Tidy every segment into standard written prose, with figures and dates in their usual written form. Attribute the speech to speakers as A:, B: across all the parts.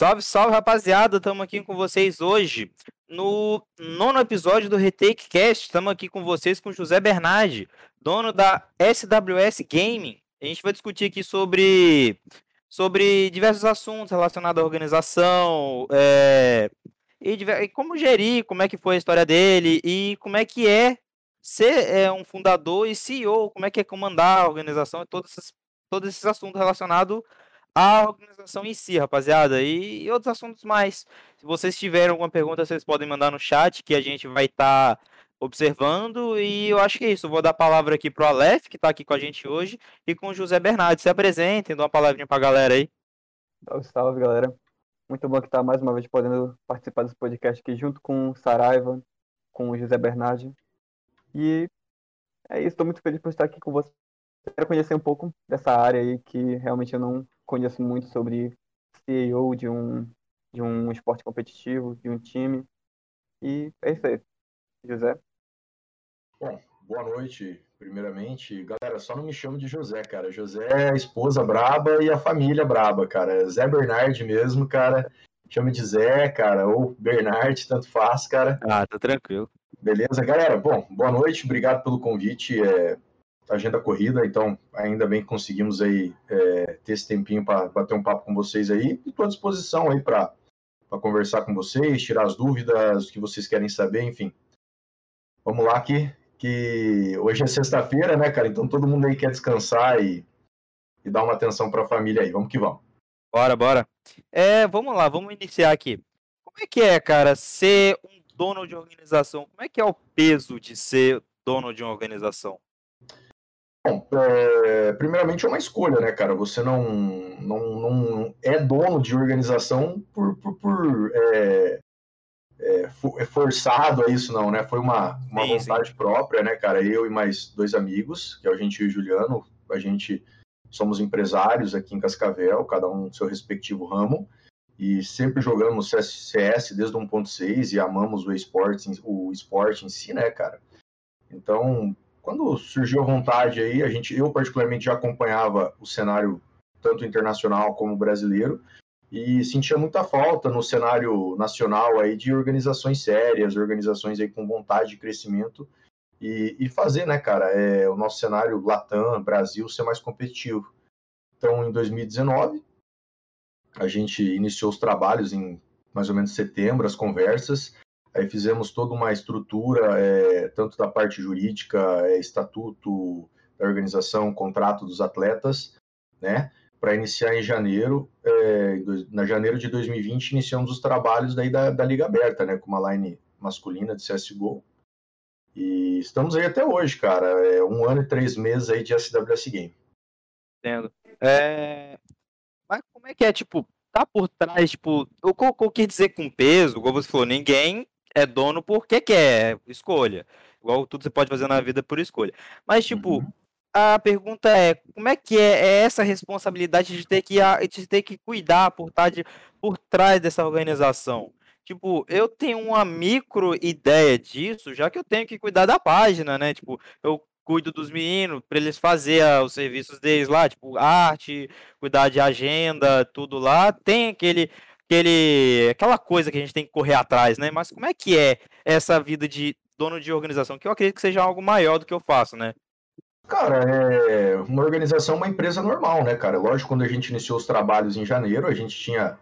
A: Salve, salve, rapaziada! Estamos aqui com vocês hoje no nono episódio do Retake Cast. Estamos aqui com vocês com José Bernardi, dono da SWS Gaming. A gente vai discutir aqui sobre diversos assuntos relacionados à organização, e como gerir, como é que foi a história dele e como é que é ser um fundador e CEO, como é que é comandar a organização e todos esses assuntos relacionados a organização em si, rapaziada, e outros assuntos mais. Se vocês tiverem alguma pergunta, vocês podem mandar no chat, que a gente vai estar observando, e eu acho que é isso. Eu vou dar a palavra aqui pro Aleph, que está aqui com a gente hoje, e com o José Bernardo. Se apresentem, dá uma palavrinha para a galera aí.
B: Salve, salve, galera. Muito bom que estar mais uma vez podendo participar desse podcast aqui junto com o Saraiva, com o José Bernardi. E é isso, estou muito feliz por estar aqui com você. Quero conhecer um pouco dessa área aí que realmente eu não conheço muito sobre CEO de um esporte competitivo, de um time. E é isso aí, José.
C: Bom, boa noite, primeiramente. Galera, só não me chamo de José, cara. José é a esposa braba e a família braba, cara. Zé Bernardi mesmo, cara. Chama de Zé, cara, ou Bernardi, tanto faz, cara.
A: Ah, tá tranquilo.
C: Beleza, galera? Bom, boa noite, obrigado pelo convite. Agenda corrida, então ainda bem que conseguimos aí ter esse tempinho para bater um papo com vocês aí. E estou à disposição aí para conversar com vocês, tirar as dúvidas, o que vocês querem saber, enfim. Vamos lá que hoje é sexta-feira, né, cara? Então todo mundo aí quer descansar e dar uma atenção para a família aí. Vamos que vamos.
A: Bora. Vamos lá, vamos iniciar aqui. Como é que é, cara, ser um dono de organização? Como é que é o peso de ser dono de uma organização?
C: Bom, primeiramente é uma escolha, né, cara? Você não é dono de organização por forçado a isso, não, né? Foi uma vontade própria, né, cara? Eu e mais dois amigos, que é o Gentil e o Juliano, a gente somos empresários aqui em Cascavel, cada um no seu respectivo ramo, e sempre jogamos CS desde o 1.6 e amamos o esporte em si, né, cara? Então, quando surgiu a vontade aí, eu particularmente já acompanhava o cenário tanto internacional como brasileiro e sentia muita falta no cenário nacional aí de organizações sérias, organizações aí com vontade de crescimento e fazer, né, cara, o nosso cenário Latam, Brasil, ser mais competitivo. Então, em 2019, a gente iniciou os trabalhos em mais ou menos setembro, as conversas. Aí fizemos toda uma estrutura, tanto da parte jurídica, estatuto da organização, contrato dos atletas, né? Para iniciar em janeiro, na janeiro de 2020, iniciamos os trabalhos daí da Liga Aberta, né? Com uma line masculina de CSGO. E estamos aí até hoje, cara. 1 ano e 3 meses aí de SWS Game.
A: Entendo. Mas como é que é, tipo, tá por trás, tipo, o que eu quis dizer com peso, igual você falou, ninguém é dono porque quer, escolha. Igual tudo você pode fazer na vida por escolha. Mas, tipo, a pergunta é, como é que é essa responsabilidade de ter que cuidar por trás dessa organização? Tipo, eu tenho uma micro ideia disso, já que eu tenho que cuidar da página, né? Tipo, eu cuido dos meninos para eles fazerem os serviços deles lá, tipo, arte, cuidar de agenda, tudo lá. Tem aquela coisa que a gente tem que correr atrás, né? Mas como é que é essa vida de dono de organização? Que eu acredito que seja algo maior do que eu faço, né?
C: Cara, uma organização, uma empresa normal, né, cara? Lógico, quando a gente iniciou os trabalhos em janeiro, a gente tinha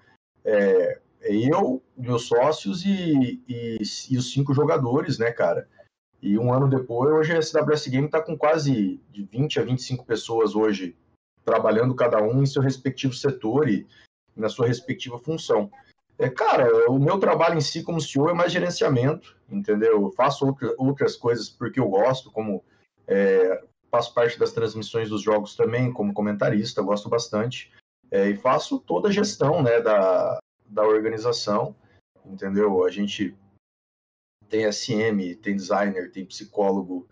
C: eu, meus sócios e os 5 jogadores, né, cara? E 1 ano depois, hoje a SWS Game está com quase de 20 a 25 pessoas hoje, trabalhando cada um em seu respectivo setor e na sua respectiva função. Cara, o meu trabalho em si como CEO é mais gerenciamento, entendeu? Eu faço outras coisas porque eu gosto, como faço parte das transmissões dos jogos também, como comentarista, gosto bastante. E faço toda a gestão, né, da organização, entendeu? A gente tem SM, tem designer, tem psicólogo,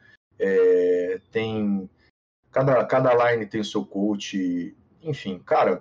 C: tem... Cada line tem o seu coach, enfim, cara,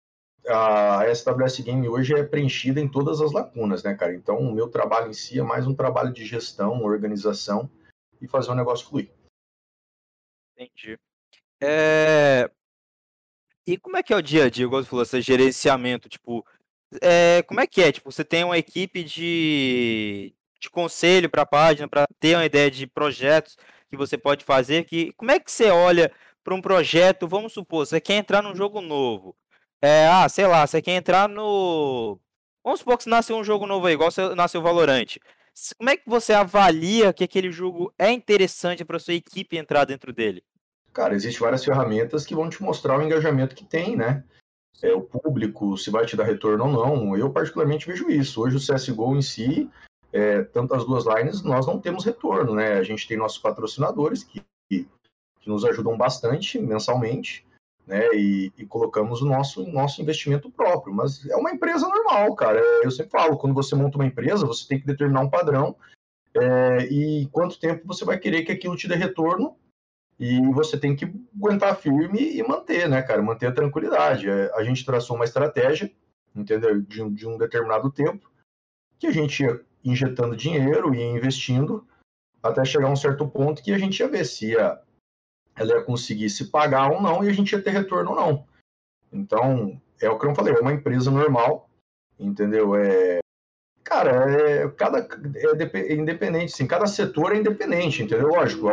C: a SWS Game hoje é preenchida em todas as lacunas, né, cara? Então, o meu trabalho em si é mais um trabalho de gestão, organização e fazer o negócio fluir.
A: Entendi. E como é que é o dia a dia, igual você falou, esse gerenciamento, tipo, como é que é? Tipo, você tem uma equipe de conselho para a página, para ter uma ideia de projetos que você pode fazer, como é que você olha para um projeto, vamos supor, você quer entrar num jogo novo, sei lá, você quer entrar no... Vamos supor que nasceu um jogo novo aí, igual nasceu o Valorant. Como é que você avalia que aquele jogo é interessante para sua equipe entrar dentro dele?
C: Cara, existem várias ferramentas que vão te mostrar o engajamento que tem, né? O público, se vai te dar retorno ou não. Eu particularmente vejo isso. Hoje o CSGO em si, tanto as duas lines, nós não temos retorno, né? A gente tem nossos patrocinadores que nos ajudam bastante mensalmente, né? E colocamos o nosso investimento próprio. Mas é uma empresa normal, cara. Eu sempre falo, quando você monta uma empresa, você tem que determinar um padrão e quanto tempo você vai querer que aquilo te dê retorno. E você tem que aguentar firme e manter, né, cara? Manter a tranquilidade. A gente traçou uma estratégia, entendeu? De um determinado tempo, que a gente ia injetando dinheiro e investindo até chegar a um certo ponto que a gente ia ver se ela ia conseguir se pagar ou não e a gente ia ter retorno ou não. Então, é o que eu falei, é uma empresa normal, entendeu? Cara, é independente, sim, cada setor é independente, entendeu? Lógico,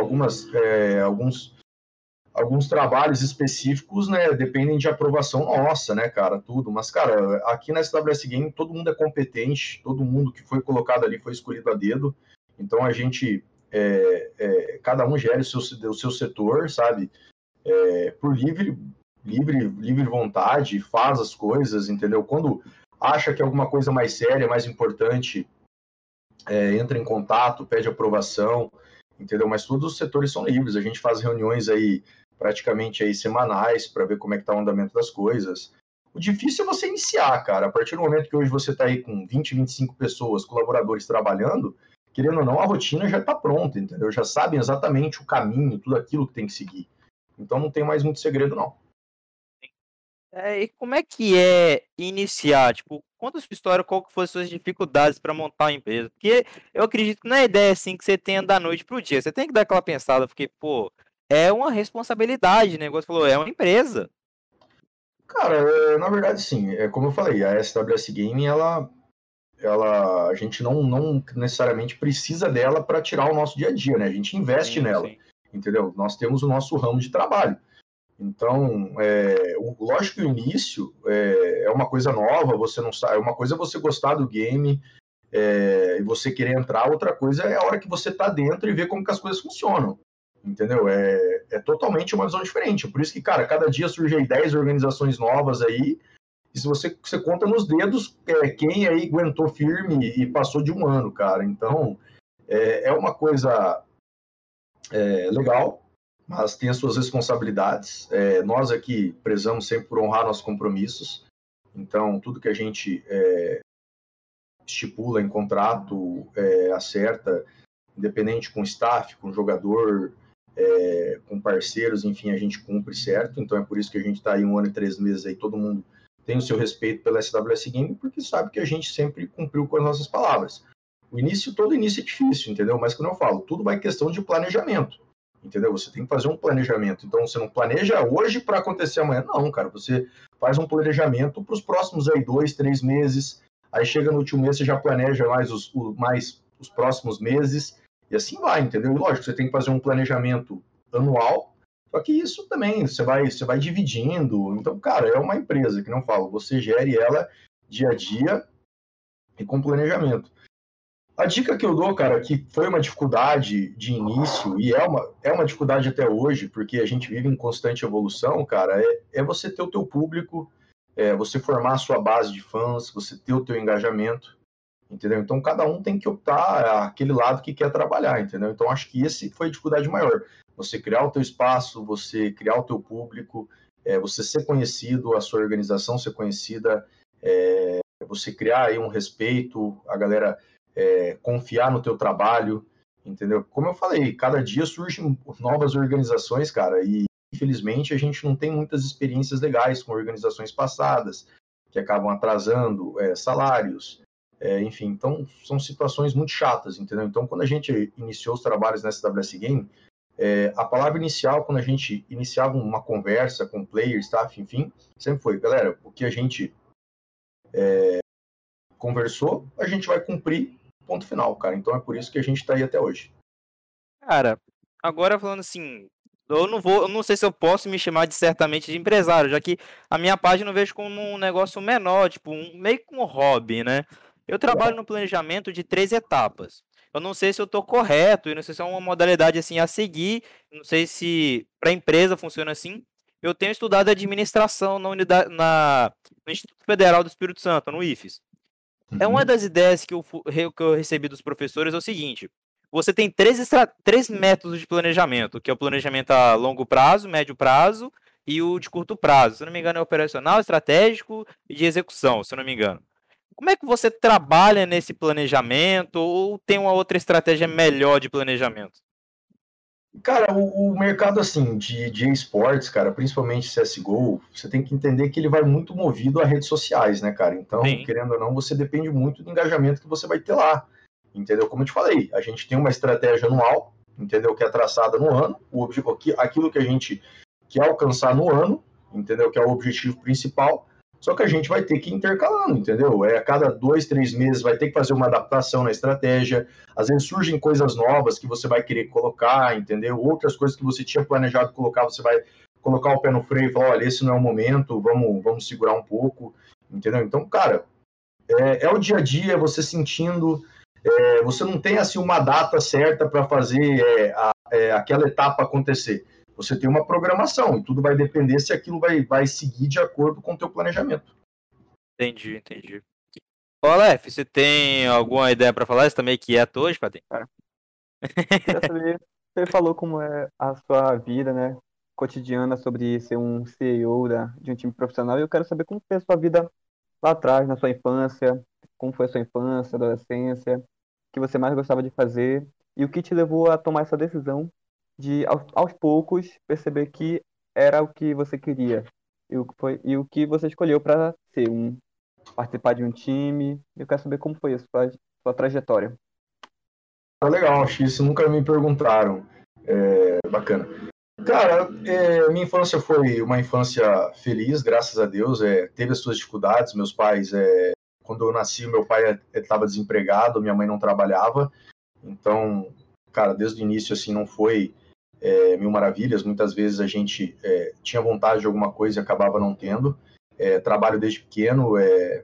C: alguns trabalhos específicos, né, dependem de aprovação nossa, né, cara, tudo. Mas, cara, aqui na SWS Game todo mundo é competente, todo mundo que foi colocado ali foi escolhido a dedo. Então a gente, cada um gere o seu setor, sabe? Por livre vontade, faz as coisas, entendeu? Quando acha que alguma coisa mais séria, mais importante, entra em contato, pede aprovação, entendeu? Mas todos os setores são livres. A gente faz reuniões aí praticamente aí semanais para ver como é que está o andamento das coisas. O difícil é você iniciar, cara. A partir do momento que hoje você está aí com 20, 25 pessoas, colaboradores trabalhando, querendo ou não, a rotina já está pronta, entendeu? Já sabem exatamente o caminho, tudo aquilo que tem que seguir. Então não tem mais muito segredo, não.
A: E como é que é iniciar? Tipo, conta a sua história, qual que foram as suas dificuldades para montar uma empresa? Porque eu acredito que não é ideia assim que você tenha da noite pro dia. Você tem que dar aquela pensada, porque, pô, é uma responsabilidade, né? Igual você falou, é uma empresa.
C: Cara, na verdade, sim. Como eu falei, a SWS Gaming, a gente não necessariamente precisa dela para tirar o nosso dia a dia, né? A gente investe
A: Sim,
C: nela,
A: sim.
C: entendeu? Nós temos o nosso ramo de trabalho. Então, lógico que o início é uma coisa nova, você não sabe. Uma coisa é você gostar do game e você querer entrar, outra coisa é a hora que você está dentro e ver como que as coisas funcionam, entendeu? É totalmente uma visão diferente. Por isso que, cara, cada dia surgem 10 organizações novas aí, e se você conta nos dedos quem aí aguentou firme e passou de um ano, cara. Então, é uma coisa legal, mas tem as suas responsabilidades. Nós aqui prezamos sempre por honrar nossos compromissos. Então, tudo que a gente estipula em contrato, acerta, independente com staff, com jogador, com parceiros, enfim, a gente cumpre certo. Então, é por isso que a gente está aí 1 ano e 3 meses aí, todo mundo tem o seu respeito pela SWS Game, porque sabe que a gente sempre cumpriu com as nossas palavras. Todo início é difícil, entendeu? Mas, como eu falo, tudo vai questão de planejamento, entendeu? Você tem que fazer um planejamento. Então, você não planeja hoje para acontecer amanhã. Não, cara, você faz um planejamento para os próximos aí 2, 3 meses. Aí chega no último mês, você já planeja mais os próximos meses. E assim vai, entendeu? E lógico, você tem que fazer um planejamento anual, só que isso também, você vai dividindo. Então, cara, é uma empresa que não falo, você gere ela dia a dia e com planejamento. A dica que eu dou, cara, que foi uma dificuldade de início e é uma dificuldade até hoje, porque a gente vive em constante evolução, cara, é você ter o teu público, você formar a sua base de fãs, você ter o teu engajamento, entendeu? Então, cada um tem que optar aquele lado que quer trabalhar, entendeu? Então, acho que esse foi a dificuldade maior. Você criar o teu espaço, você criar o teu público, você ser conhecido, a sua organização ser conhecida, você criar aí um respeito, a galera confiar no teu trabalho, entendeu? Como eu falei, cada dia surgem novas organizações, cara, e infelizmente a gente não tem muitas experiências legais com organizações passadas, que acabam atrasando salários, enfim, então são situações muito chatas, entendeu? Então, quando a gente iniciou os trabalhos nessa SWS Game, a palavra inicial, quando a gente iniciava uma conversa com player, staff, enfim, sempre foi, galera, o que a gente conversou, a gente vai cumprir, ponto final, cara. Então é por isso que a gente tá aí até hoje.
A: Cara, agora falando assim, eu não sei se eu posso me chamar de certamente de empresário, já que a minha página eu vejo como um negócio menor, tipo, meio que um hobby, né? Eu trabalho no planejamento de 3 etapas. Eu não sei se eu estou correto, e não sei se é uma modalidade assim a seguir, não sei se para a empresa funciona assim. Eu tenho estudado administração no Instituto Federal do Espírito Santo, no IFES. É uma das ideias que eu recebi dos professores é o seguinte: você tem três métodos de planejamento, que é o planejamento a longo prazo, médio prazo e o de curto prazo. Se eu não me engano, é operacional, estratégico e de execução, se eu não me engano. Como é que você trabalha nesse planejamento ou tem uma outra estratégia melhor de planejamento?
C: Cara, o mercado, assim, de esportes, cara, principalmente CSGO, você tem que entender que ele vai muito movido a redes sociais, né, cara? Então,
A: Sim.
C: querendo ou não, você depende muito do engajamento que você vai ter lá, entendeu? Como eu te falei, a gente tem uma estratégia anual, entendeu? Que é traçada no ano, aquilo que a gente quer alcançar no ano, entendeu? Que é o objetivo principal, só que a gente vai ter que ir intercalando, entendeu? A cada 2, 3 meses vai ter que fazer uma adaptação na estratégia. Às vezes surgem coisas novas que você vai querer colocar, entendeu? Outras coisas que você tinha planejado colocar, você vai colocar o pé no freio e falar, olha, esse não é o momento, vamos segurar um pouco, entendeu? Então, cara, é o dia a dia, você sentindo, você não tem assim uma data certa para fazer aquela etapa acontecer. Você tem uma programação e tudo vai depender se aquilo vai seguir de acordo com o teu planejamento.
A: Entendi. Ô, Aleph, você tem alguma ideia para falar? Você também que é hoje, Padrinho?
B: Queria saber, você falou como é a sua vida, né, cotidiana sobre ser um CEO de um time profissional, e eu quero saber como foi a sua vida lá atrás, na sua infância, como foi a sua infância, adolescência, o que você mais gostava de fazer, e o que te levou a tomar essa decisão de, aos poucos, perceber que era o que você queria, e o que você escolheu para participar de um time. Eu quero saber como foi a sua trajetória.
C: Tá legal, acho que isso nunca me perguntaram. Bacana. Cara, minha infância foi uma infância feliz, graças a Deus. Teve as suas dificuldades. Meus pais, quando eu nasci, meu pai estava desempregado, minha mãe não trabalhava. Então, cara, desde o início, assim, não foi mil maravilhas. Muitas vezes a gente tinha vontade de alguma coisa e acabava não tendo. Trabalho desde pequeno.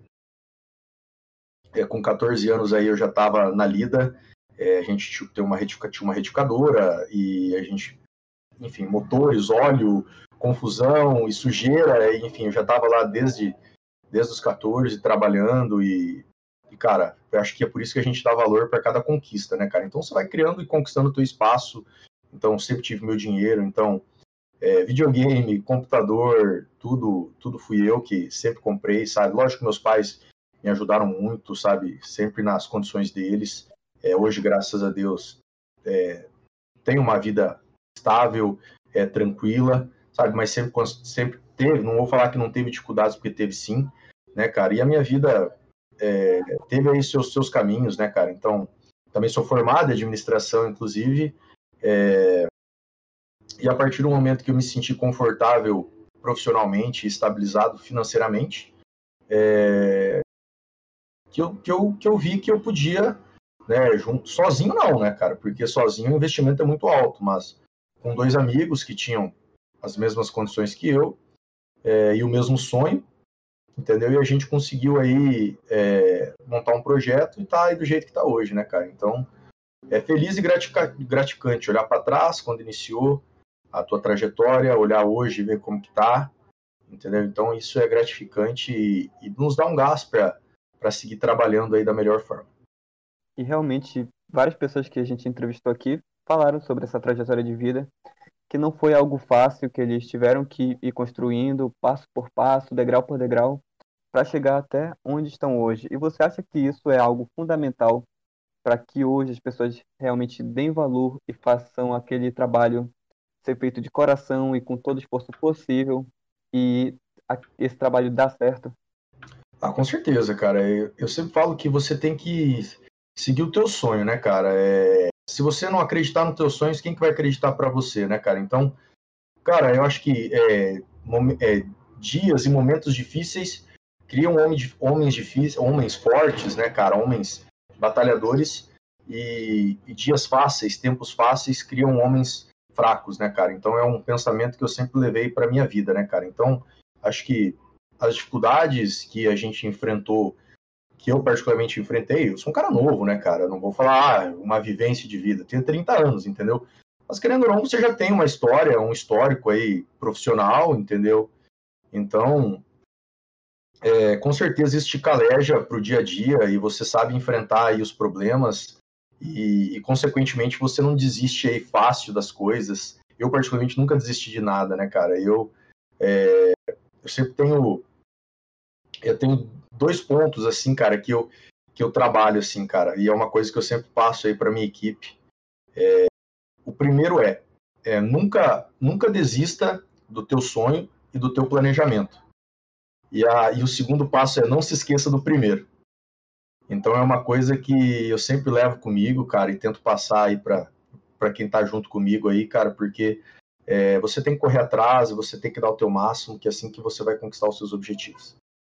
C: Com 14 anos aí eu já estava na lida. A gente tinha uma retificadora e a gente, enfim, motores, óleo, confusão e sujeira, enfim, eu já estava lá desde os 14 trabalhando e, cara, eu acho que é por isso que a gente dá valor para cada conquista, né, cara? Então você vai criando e conquistando o teu espaço. Então sempre tive meu dinheiro, então videogame, computador, tudo fui eu que sempre comprei, sabe? Lógico que meus pais me ajudaram muito, sabe? Sempre nas condições deles. Hoje, graças a Deus, tenho uma vida estável, tranquila, sabe? Mas sempre teve, não vou falar que não teve dificuldades, porque teve sim, né, cara? E a minha vida teve aí seus caminhos, né, cara? Então, também sou formado em administração, inclusive, e a partir do momento que eu me senti confortável profissionalmente, estabilizado financeiramente, que eu vi que eu podia, né, sozinho não, né, cara, porque sozinho o investimento é muito alto, mas com 2 amigos que tinham as mesmas condições que eu e o mesmo sonho, entendeu? E a gente conseguiu aí montar um projeto e tá aí do jeito que tá hoje, né, cara? Então, é feliz e gratificante olhar para trás quando iniciou a tua trajetória, olhar hoje e ver como que tá, entendeu? Então, isso é gratificante e nos dá um gás para seguir trabalhando aí da melhor forma.
B: E realmente, várias pessoas que a gente entrevistou aqui falaram sobre essa trajetória de vida, que não foi algo fácil, que eles tiveram que ir construindo passo por passo, degrau por degrau, para chegar até onde estão hoje. E você acha que isso é algo fundamental para que hoje as pessoas realmente deem valor e façam aquele trabalho ser feito de coração e com todo o esforço possível e esse trabalho dar certo?
C: Ah, com certeza, cara. Eu sempre falo que você tem que seguir o teu sonho, né, cara? Se você não acreditar nos teus sonhos, quem que vai acreditar para você, né, cara? Então, cara, eu acho que dias e momentos difíceis criam homens difíceis, homens fortes, né, cara, homens batalhadores, e dias fáceis, tempos fáceis criam homens fracos, né, cara? Então é um pensamento que eu sempre levei para minha vida, né, cara? Então acho que as dificuldades que a gente enfrentou, que eu particularmente enfrentei, eu sou um cara novo, né, cara? Eu não vou falar uma vivência de vida, eu tenho 30 anos, entendeu? Mas querendo ou não, você já tem uma história, um histórico aí profissional, entendeu? Então, com certeza isso te caleja pro dia a dia e você sabe enfrentar aí os problemas e consequentemente, você não desiste aí fácil das coisas. Eu, particularmente, nunca desisti de nada, né, cara? Eu sempre tenho 2 pontos, assim, cara, que eu trabalho, assim, cara, e é uma coisa que eu sempre passo aí pra minha equipe. O primeiro nunca desista do teu sonho e do teu planejamento. E o segundo passo é não se esqueça do primeiro. Então é uma coisa que eu sempre levo comigo, cara, e tento passar aí para quem tá junto comigo aí, cara, porque você tem que correr atrás, você tem que dar o teu máximo, que é assim que você vai conquistar os seus objetivos.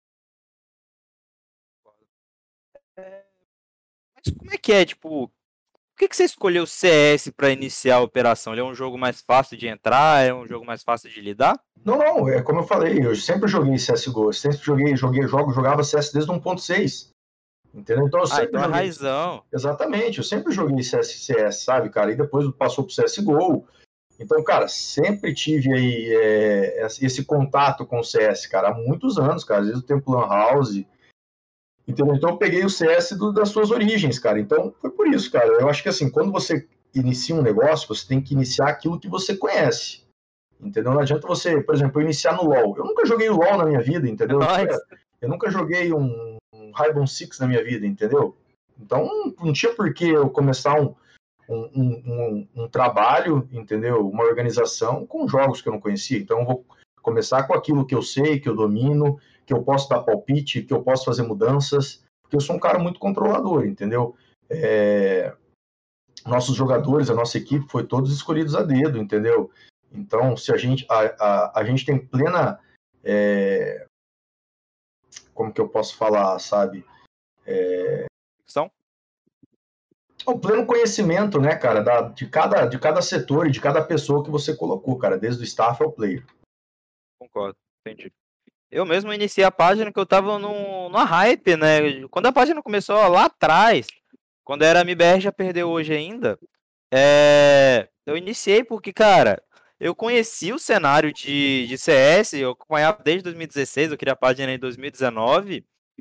A: Mas como é que é, tipo, por que você escolheu o CS para iniciar a operação? Ele é um jogo mais fácil de entrar? É um jogo mais fácil de lidar?
C: Não, é como eu falei, eu sempre joguei CSGO, sempre jogava CS desde 1.6. Entendeu? Então eu sempre
A: então é raizão.
C: Exatamente, eu sempre joguei CS, sabe, cara? E depois passou pro CSGO. Então, cara, sempre tive aí esse contato com o CS, cara, há muitos anos, cara, desde o tempo Lan House. Entendeu? Então eu peguei o CS das suas origens, cara. Então foi por isso, cara. Eu acho que assim, quando você inicia um negócio, você tem que iniciar aquilo que você conhece. Entendeu? Não adianta você, por exemplo, iniciar no LoL. Eu nunca joguei LoL na minha vida, entendeu? Eu nunca joguei um Rainbow Six na minha vida, entendeu? Então não tinha por que eu começar um trabalho, entendeu? Uma organização com jogos que eu não conhecia. Então eu vou começar com aquilo que eu sei, que eu domino, que eu posso dar palpite, que eu posso fazer mudanças, porque eu sou um cara muito controlador, entendeu? Nossos jogadores, a nossa equipe, foi todos escolhidos a dedo, entendeu? Então, se a gente tem plena... como que eu posso falar, sabe? O pleno conhecimento, né, cara, de cada setor e de cada pessoa que você colocou, cara, desde o staff ao player.
A: Concordo, entendi. Eu mesmo iniciei a página que eu tava numa hype, né? Quando a página começou lá atrás, quando era MBR já perdeu hoje ainda, eu iniciei porque, cara, eu conheci o cenário de CS, eu acompanhava desde 2016, eu criei a página em 2019,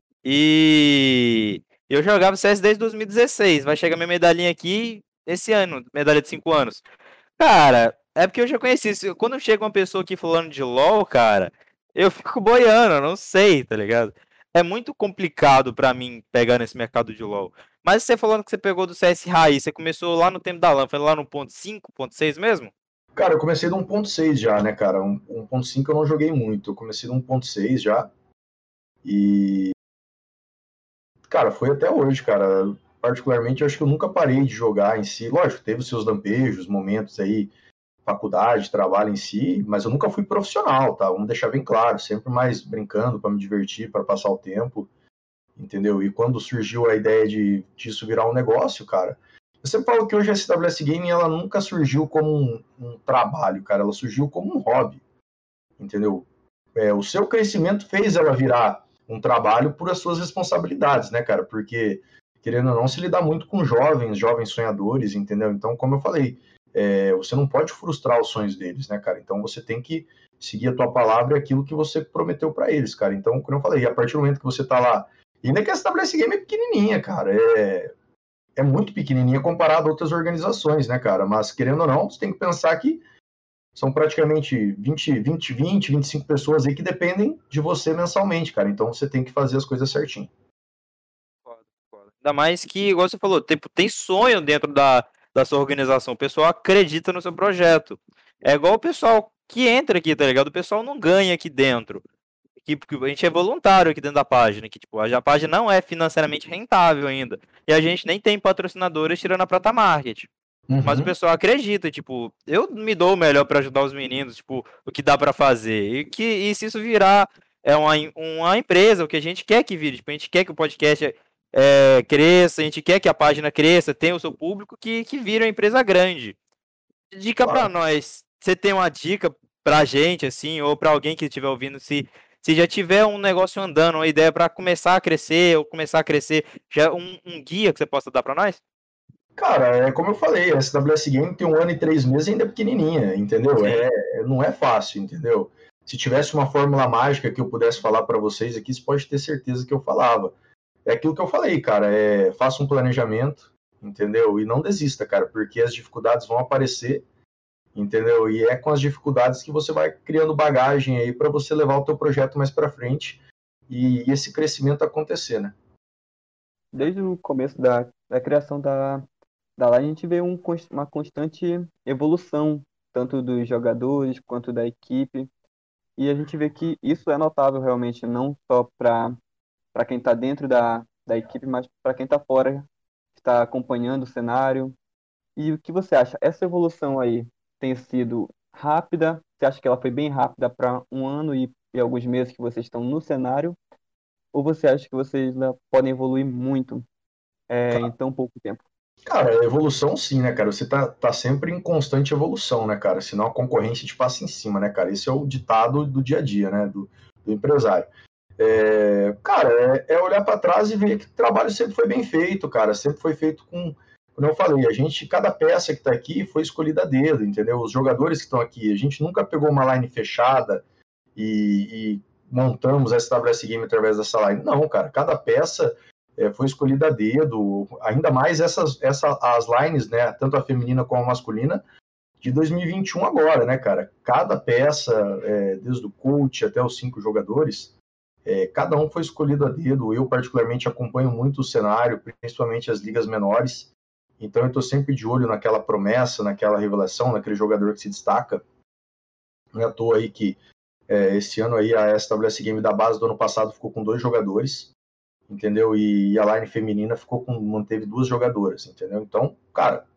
A: e eu jogava CS desde 2016, vai chegar minha medalhinha aqui esse ano, medalha de 5 anos. Cara, é porque eu já conheci, quando chega uma pessoa aqui falando de LoL, cara, eu fico boiando, eu não sei, tá ligado? É muito complicado pra mim pegar nesse mercado de LoL. Mas você falando que você pegou do CS Raiz, você começou lá no tempo da LAN, foi lá no 1.5, 1.6 mesmo?
C: Cara, eu comecei no 1.6 já, né, cara? 1.5 eu não joguei muito, eu comecei no 1.6 já. E... cara, foi até hoje, cara. Particularmente, eu acho que eu nunca parei de jogar em si. Lógico, teve os seus lampejos, momentos aí, faculdade, trabalho em si, mas eu nunca fui profissional, tá? Vamos deixar bem claro, sempre mais brincando para me divertir, para passar o tempo, entendeu? E quando surgiu a ideia disso virar um negócio, cara, eu sempre falo que hoje a SWS Gaming, ela nunca surgiu como um trabalho, cara, ela surgiu como um hobby, entendeu? O seu crescimento fez ela virar um trabalho por as suas responsabilidades, né, cara? Porque, querendo ou não, se lidar muito com jovens sonhadores, entendeu? Então, como eu falei, você não pode frustrar os sonhos deles, né, cara? Então você tem que seguir a tua palavra e aquilo que você prometeu para eles, cara. Então, como eu falei, a partir do momento que você tá lá, e ainda que a SWS Game é pequenininha, cara, é muito pequenininha comparado a outras organizações, né, cara? Mas, querendo ou não, você tem que pensar que são praticamente 25 pessoas aí que dependem de você mensalmente, cara. Então você tem que fazer as coisas certinho.
A: Ainda mais que, igual você falou, tem sonho dentro da sua organização. O pessoal acredita no seu projeto. É igual o pessoal que entra aqui, tá ligado? O pessoal não ganha aqui dentro. Porque a gente é voluntário aqui dentro da página. Que, tipo, a página não é financeiramente rentável ainda. E a gente nem tem patrocinadores tirando a Prata Market.
C: Uhum.
A: Mas o pessoal acredita, tipo, eu me dou o melhor pra ajudar os meninos, tipo, o que dá pra fazer. E se isso virar é uma empresa, o que a gente quer que vire. Tipo, a gente quer que o podcast cresça, a gente quer que a página cresça, tenha o seu público, que vire uma empresa grande. Dica para nós. Você tem uma dica pra gente, assim, ou para alguém que estiver ouvindo, se já tiver um negócio andando, uma ideia para começar a crescer, ou começar a crescer, já um guia que você possa dar para nós?
C: Cara, é como eu falei, a SWS Game tem 1 ano e 3 meses e ainda é pequenininha, entendeu? Não é fácil, entendeu? Se tivesse uma fórmula mágica que eu pudesse falar para vocês aqui, você pode ter certeza que eu falava. É aquilo que eu falei, cara, faça um planejamento, entendeu? E não desista, cara, porque as dificuldades vão aparecer, entendeu? E é com as dificuldades que você vai criando bagagem aí para você levar o teu projeto mais para frente e esse crescimento acontecer, né?
B: Desde o começo da criação da Line, a gente vê uma constante evolução, tanto dos jogadores quanto da equipe. E a gente vê que isso é notável realmente, não só para quem está dentro da equipe, mas para quem está fora, que está acompanhando o cenário. E o que você acha? Essa evolução aí tem sido rápida? Você acha que ela foi bem rápida para um ano e alguns meses que vocês estão no cenário? Ou você acha que vocês podem evoluir muito em tão pouco tempo?
C: Cara, evolução sim, né, cara? Você tá sempre em constante evolução, né, cara? Senão a concorrência te passa em cima, né, cara? Esse é o ditado do dia a dia, né, do empresário. Cara, olhar para trás e ver que o trabalho sempre foi bem feito, cara. Sempre foi feito como eu falei, cada peça que tá aqui foi escolhida a dedo, entendeu? Os jogadores que estão aqui, a gente nunca pegou uma line fechada e montamos a SWS Game através dessa line. Não, cara, cada peça foi escolhida a dedo, ainda mais as lines, né, tanto a feminina como a masculina, de 2021 agora, né, cara? Cada peça, desde o coach até os 5 jogadores, cada um foi escolhido a dedo. Eu, particularmente, acompanho muito o cenário, principalmente as ligas menores, então eu estou sempre de olho naquela promessa, naquela revelação, naquele jogador que se destaca. Não é à toa aí que esse ano aí a SWS Game da base do ano passado ficou com 2 jogadores, entendeu? E a line feminina manteve 2 jogadoras, entendeu? Então, cara,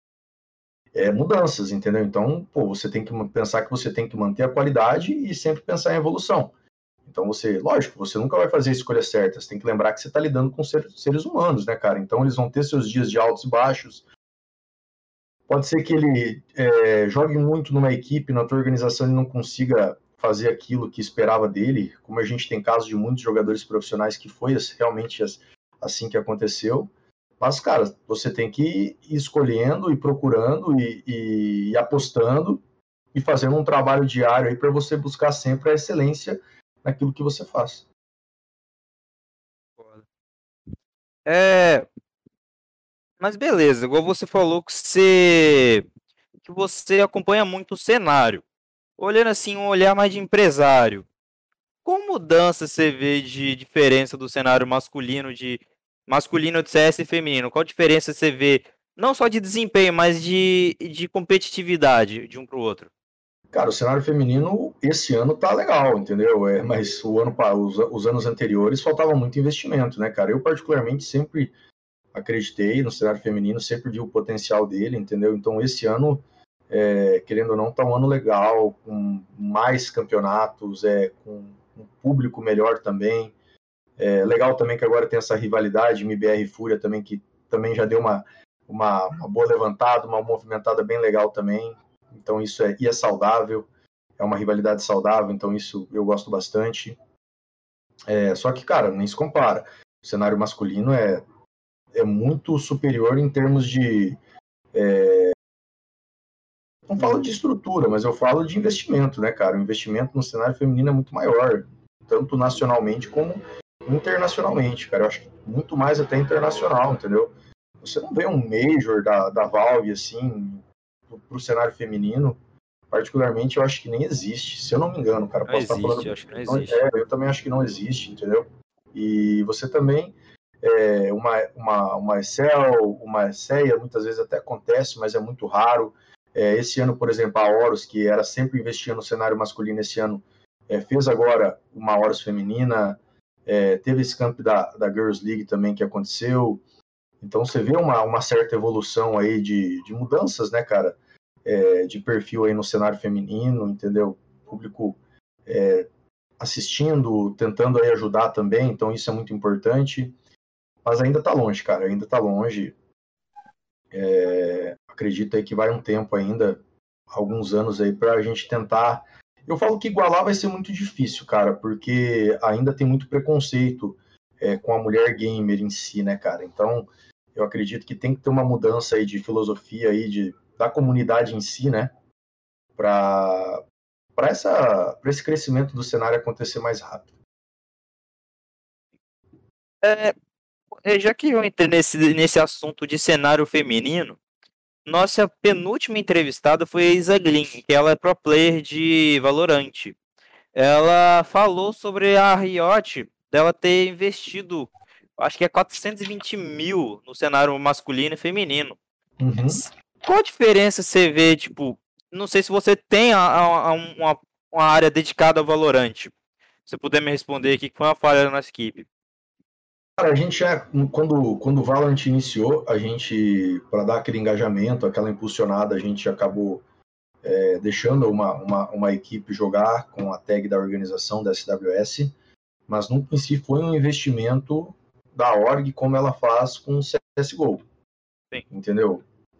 C: mudanças, entendeu? Então, você tem que pensar que você tem que manter a qualidade e sempre pensar em evolução. Então, lógico, você nunca vai fazer a escolha certa, você tem que lembrar que você está lidando com seres humanos, né, cara? Então, eles vão ter seus dias de altos e baixos. Pode ser que ele jogue muito numa equipe, na tua organização, ele não consiga fazer aquilo que esperava dele, como a gente tem casos de muitos jogadores profissionais que foi realmente assim que aconteceu. Mas, cara, você tem que ir escolhendo e procurando e apostando e fazendo um trabalho diário aí para você buscar sempre a excelência naquilo que você faz.
A: Mas beleza, igual você falou que você acompanha muito o cenário. Olhando assim, um olhar mais de empresário. Qual mudança você vê de diferença do cenário masculino de CS e feminino? Qual diferença você vê, não só de desempenho, mas de competitividade de um para o outro?
C: Cara, o cenário feminino esse ano tá legal, entendeu? Mas os anos anteriores faltava muito investimento, né, cara? Eu, particularmente, sempre acreditei no cenário feminino, sempre vi o potencial dele, entendeu? Então, esse ano, querendo ou não, tá um ano legal, com mais campeonatos, com um público melhor também. Legal também que agora tem essa rivalidade, MBR e Fúria também, que também já deu uma boa levantada, uma movimentada bem legal também. Então isso é saudável, é uma rivalidade saudável, então isso eu gosto bastante. Só que, cara, nem se compara. O cenário masculino é muito superior em termos de... não falo de estrutura, mas eu falo de investimento, né, cara? O investimento no cenário feminino é muito maior, tanto nacionalmente como internacionalmente, cara. Eu acho que muito mais até internacional, entendeu? Você não vê um Major da Valve, assim, pro cenário feminino, particularmente, eu acho que nem existe, se eu não me engano, cara.
A: Não existe, eu acho que não existe.
C: Eu também acho que não existe, entendeu? E você também, uma Excel, uma CEA, muitas vezes até acontece, mas é muito raro. Esse ano, por exemplo, a Horus, que era sempre investia no cenário masculino, esse ano fez agora uma Horus feminina, teve esse camp da Girls League também que aconteceu. Então você vê uma certa evolução aí de mudanças, né, cara, de perfil aí no cenário feminino, entendeu? O público assistindo, tentando aí ajudar também, então isso é muito importante. Mas ainda tá longe, cara, ainda tá longe. Acredito aí que vai um tempo ainda, alguns anos aí, pra gente tentar. Eu falo que igualar vai ser muito difícil, cara, porque ainda tem muito preconceito com a mulher gamer em si, né, cara? Então, eu acredito que tem que ter uma mudança aí de filosofia aí da comunidade em si, né, para esse crescimento do cenário acontecer mais rápido.
A: Já que eu entrei nesse assunto de cenário feminino, nossa penúltima entrevistada foi a Isa Glyn, que ela é pro player de Valorant. Ela falou sobre a Riot, dela ter investido, acho que é 420 mil no cenário masculino e feminino.
C: Uhum.
A: Qual a diferença você vê, tipo, não sei se você tem uma área dedicada ao Valorant. Se você puder me responder aqui, que foi uma falha da nossa equipe.
C: Cara, a gente quando o Valorant iniciou, a gente, para dar aquele engajamento, aquela impulsionada, a gente acabou deixando uma equipe jogar com a tag da organização da SWS, mas no princípio foi um investimento da org como ela faz com o CSGO. Sim. Entendeu?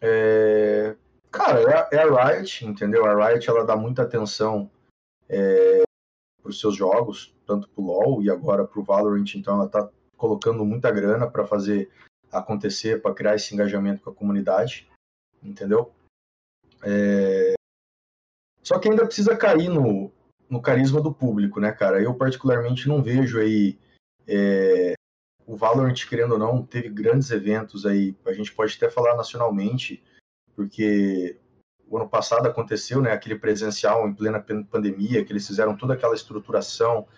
C: Cara, é a Riot, entendeu? A Riot, ela dá muita atenção para os seus jogos, tanto pro LoL e agora pro Valorant, então ela tá colocando muita grana para fazer acontecer, para criar esse engajamento com a comunidade, entendeu? Só que ainda precisa cair no carisma do público, né, cara? Eu particularmente não vejo aí o Valorant, querendo ou não, teve grandes eventos aí, a gente pode até falar nacionalmente, porque o ano passado aconteceu, né, aquele presencial em plena pandemia, que eles fizeram toda aquela estruturação,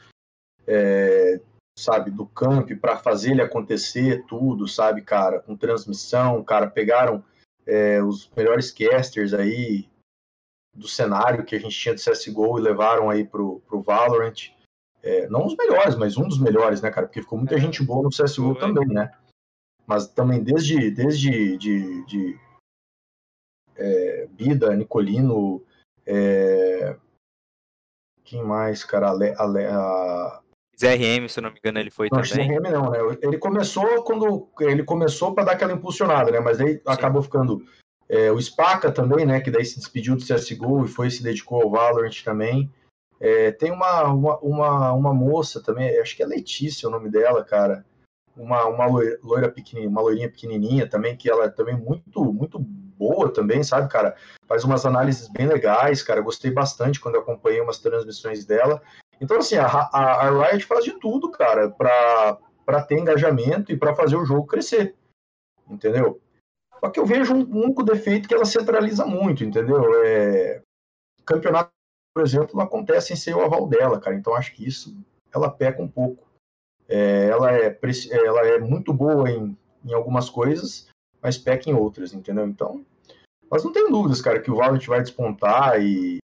C: sabe, do camp para fazer ele acontecer tudo, sabe, cara, com transmissão, cara, pegaram os melhores casters aí do cenário que a gente tinha de CSGO e levaram aí pro Valorant, não os melhores, mas um dos melhores, né, cara, porque ficou muita gente boa no CSGO também, né, mas também desde Bida, Nicolino, quem mais, cara,
A: ZRM, se eu não me engano, ele foi
C: não,
A: também.
C: ZRM não, né? Ele começou para dar aquela impulsionada, né? Mas aí acabou ficando o Spaca também, né? Que daí se despediu do CSGO e se dedicou ao Valorant também. Tem uma moça também, acho que é Letícia o nome dela, cara. Uma loira pequenininha, uma loirinha pequenininha também, que ela é também muito, muito boa também, sabe, cara? Faz umas análises bem legais, cara. Gostei bastante quando eu acompanhei umas transmissões dela. Então, assim, a Riot faz de tudo, cara, para ter engajamento e para fazer o jogo crescer, entendeu? Só que eu vejo um único defeito que ela centraliza muito, entendeu? Campeonato, por exemplo, não acontece sem o aval dela, cara. Então, acho que isso ela peca um pouco. Ela é muito boa em algumas coisas, mas peca em outras, entendeu? Então, mas não tenho dúvidas, cara, que o Valorant vai despontar e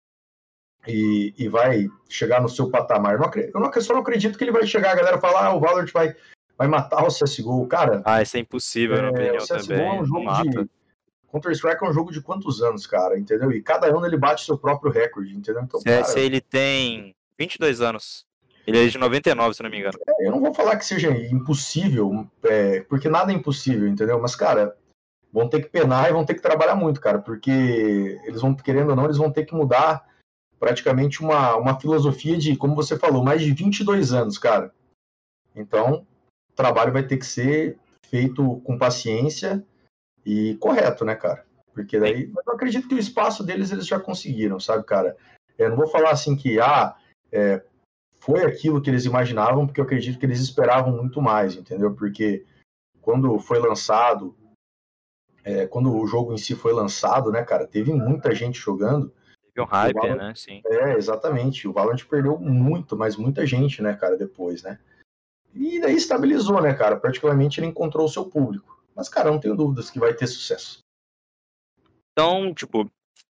C: vai chegar no seu patamar. Eu só não acredito que ele vai chegar, a galera falar, o Valorant vai matar o CSGO. Cara,
A: isso é impossível, na opinião,
C: o CSGO
A: também.
C: É um jogo Counter-Strike é um jogo de quantos anos, cara, entendeu? E cada ano ele bate seu próprio recorde, entendeu? Então,
A: CS, ele tem 22 anos. Ele é de 99, se não me engano.
C: Eu não vou falar que seja impossível, porque nada é impossível, entendeu? Mas, cara, vão ter que penar e vão ter que trabalhar muito, cara, porque eles vão, querendo ou não, eles vão ter que mudar praticamente uma filosofia de, como você falou, mais de 22 anos, cara. Então, o trabalho vai ter que ser feito com paciência e correto, né, cara? Porque daí, mas eu acredito que o espaço deles eles já conseguiram, sabe, cara? Não vou falar assim que, foi aquilo que eles imaginavam, porque eu acredito que eles esperavam muito mais, entendeu? Porque quando foi lançado, quando o jogo em si foi lançado, né, cara, teve muita gente jogando.
A: Teve um hype, Valorant, né? Sim.
C: Exatamente. O Valorant perdeu muito, mas muita gente, né, cara, depois, né? E daí estabilizou, né, cara? Praticamente ele encontrou o seu público. Mas, cara, não tenho dúvidas que vai ter sucesso.
A: Então, tipo,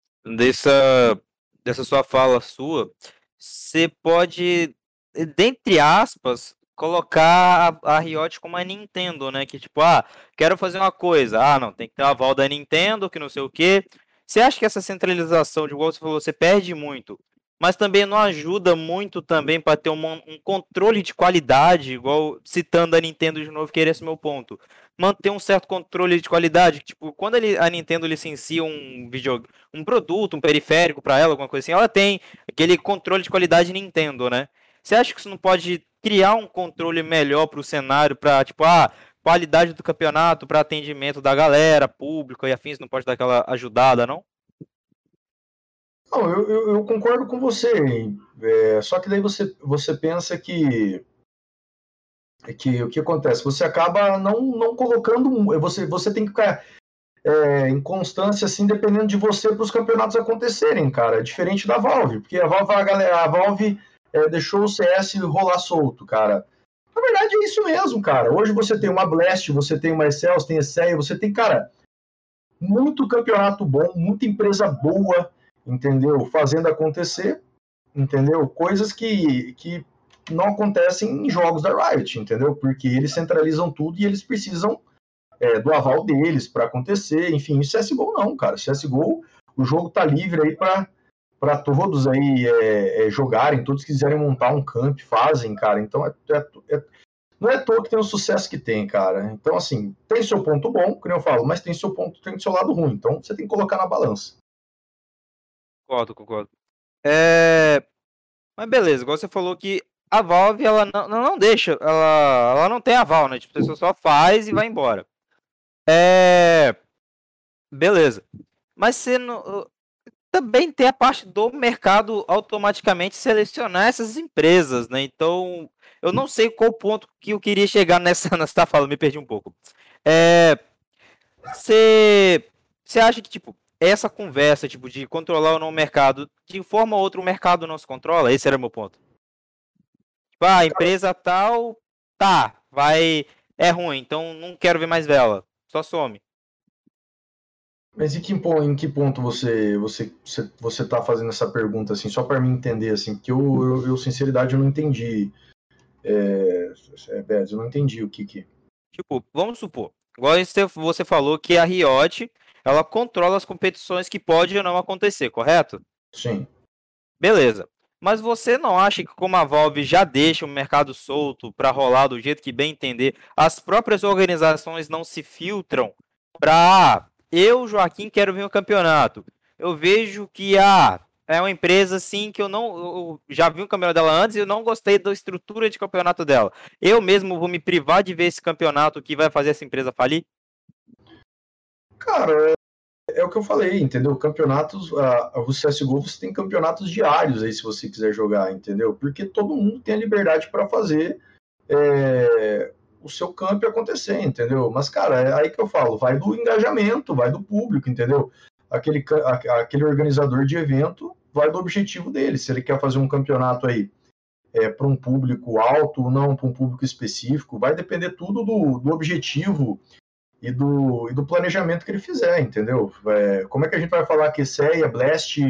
A: dessa sua fala você pode, dentre aspas, colocar a Riot como a Nintendo, né? Que tipo, quero fazer uma coisa. Não, tem que ter a aval da Nintendo, que não sei o quê. Você acha que essa centralização, de igual você falou, você perde muito mas também não ajuda muito também para ter um controle de qualidade, igual citando a Nintendo de novo, que era esse meu ponto. Manter um certo controle de qualidade, tipo, quando a Nintendo licencia um produto, um periférico para ela, alguma coisa assim, ela tem aquele controle de qualidade Nintendo, né? Você acha que isso não pode criar um controle melhor para o cenário, para, tipo, qualidade do campeonato, para atendimento da galera, público e afins, não pode dar aquela ajudada, não?
C: Não, eu concordo com você. Só que daí você pensa que o que acontece? Você acaba não colocando. Você tem que ficar em constância, assim, dependendo de você para os campeonatos acontecerem, cara. Diferente da Valve, porque a Valve deixou o CS rolar solto, cara. Na verdade é isso mesmo, cara. Hoje você tem uma Blast, você tem uma Excel, você tem ESEA, você tem, cara, muito campeonato bom, muita empresa boa, entendeu? Fazendo acontecer, entendeu? Coisas que não acontecem em jogos da Riot, entendeu? Porque eles centralizam tudo e eles precisam do aval deles para acontecer. Enfim, o CSGO não, cara. CSGO, o jogo tá livre aí para todos aí jogarem, todos que quiserem montar um camp, fazem, cara. Então não é à toa que tem o sucesso que tem, cara. Então, assim, tem seu ponto bom, como eu falo, mas tem seu lado ruim. Então, você tem que colocar na balança.
A: Concordo. Mas beleza, igual você falou que a Valve, ela não deixa, ela não tem aval, né? Tipo, a pessoa só faz e vai embora. Beleza. Mas você também tem a parte do mercado automaticamente selecionar essas empresas, né? Então, eu não sei qual ponto que eu queria chegar nessa fala, me perdi um pouco. Você acha que, tipo, essa conversa, tipo, de controlar ou não o mercado, de forma ou outra o mercado não se controla? Esse era o meu ponto. Tipo, a empresa tal, é ruim, então não quero ver mais vela, só some.
C: Mas em que ponto você tá fazendo essa pergunta, assim, só para me entender, assim, porque sinceridade, eu não entendi. Bez, eu não entendi o que.
A: Tipo, vamos supor, igual você falou que a Riot, ela controla as competições que pode ou não acontecer, correto?
C: Sim.
A: Beleza. Mas você não acha que como a Valve já deixa o mercado solto para rolar do jeito que bem entender, as próprias organizações não se filtram para eu, Joaquim, quero ver o campeonato. Eu vejo que é uma empresa assim que eu já vi um campeonato dela antes e eu não gostei da estrutura de campeonato dela. Eu mesmo vou me privar de ver esse campeonato que vai fazer essa empresa falir?
C: Cara, é o que eu falei, entendeu? Campeonatos, o CSGO, você tem campeonatos diários aí, se você quiser jogar, entendeu? Porque todo mundo tem a liberdade para fazer o seu camp acontecer, entendeu? Mas, cara, é aí que eu falo, vai do engajamento, vai do público, entendeu? Aquele organizador de evento vai do objetivo dele, se ele quer fazer um campeonato aí para um público alto ou não para um público específico, vai depender tudo do objetivo e do planejamento que ele fizer, entendeu? Como é que a gente vai falar que ESEA, Blast,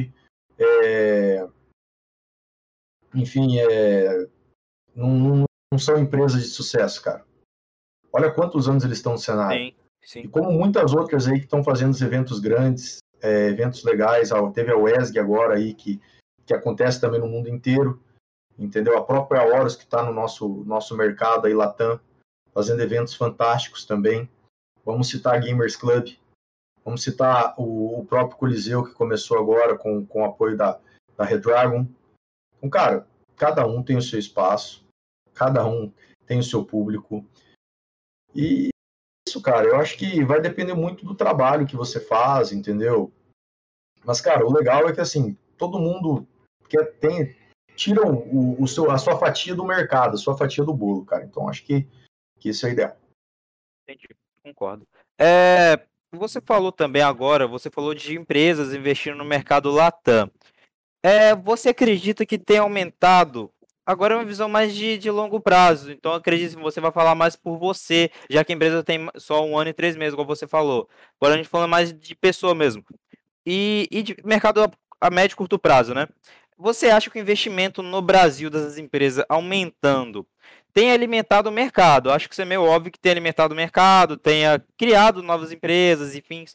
C: enfim, não são empresas de sucesso, cara? Olha quantos anos eles estão no cenário.
A: Sim.
C: E como muitas outras aí que estão fazendo os eventos grandes, eventos legais, teve a WESG agora aí, que acontece também no mundo inteiro, entendeu? A própria Horus, que está no nosso mercado aí, Latam, fazendo eventos fantásticos também. Vamos citar a Gamers Club, vamos citar o próprio Coliseu, que começou agora com o apoio da Redragon. Então, cara, cada um tem o seu espaço, cada um tem o seu público. E isso, cara, eu acho que vai depender muito do trabalho que você faz, entendeu? Mas, cara, o legal é que, assim, todo mundo tiram a sua fatia do mercado, a sua fatia do bolo, cara. Então, acho que isso é ideal.
A: Entendi, concordo. Você falou também agora, você falou de empresas investindo no mercado Latam. Você acredita que tem aumentado? Agora é uma visão mais de longo prazo, então acredito que você vai falar mais por você, já que a empresa tem só 1 ano e 3 meses, como você falou. Agora a gente falando mais de pessoa mesmo. E de mercado a médio e curto prazo, né? Você acha que o investimento no Brasil dessas empresas aumentando tem alimentado o mercado? Acho que isso é meio óbvio que tem alimentado o mercado, tenha criado novas empresas, enfim.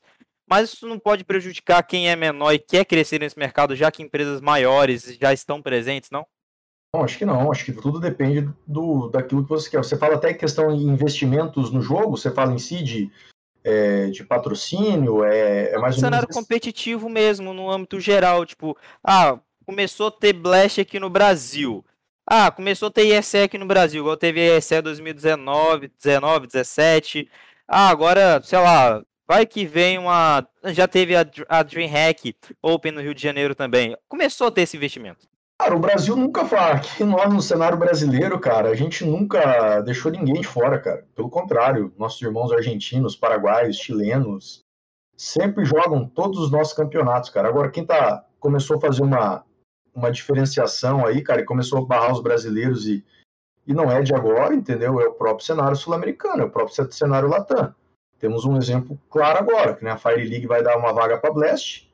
A: mas isso não pode prejudicar quem é menor e quer crescer nesse mercado, já que empresas maiores já estão presentes, não?
C: Não, acho que não. Acho que tudo depende daquilo que você quer. Você fala até questão de investimentos no jogo, você fala em si de patrocínio, mais ou menos...
A: cenário competitivo mesmo, no âmbito geral, tipo, começou a ter Blast aqui no Brasil. Começou a ter ESE aqui no Brasil, igual teve ESE 2019, 19, 17. Agora, sei lá, vai que vem uma... Já teve a DreamHack Open no Rio de Janeiro também. Começou a ter esse investimento.
C: Cara, o Brasil nunca aqui nós no cenário brasileiro, cara, a gente nunca deixou ninguém de fora, cara. Pelo contrário, nossos irmãos argentinos, paraguaios, chilenos, sempre jogam todos os nossos campeonatos, cara. Agora, quem começou a fazer uma diferenciação aí, cara, e começou a barrar os brasileiros e não é de agora, entendeu? É o próprio cenário sul-americano, é o próprio cenário Latam. Temos um exemplo claro agora, que a Fire League vai dar uma vaga para Blast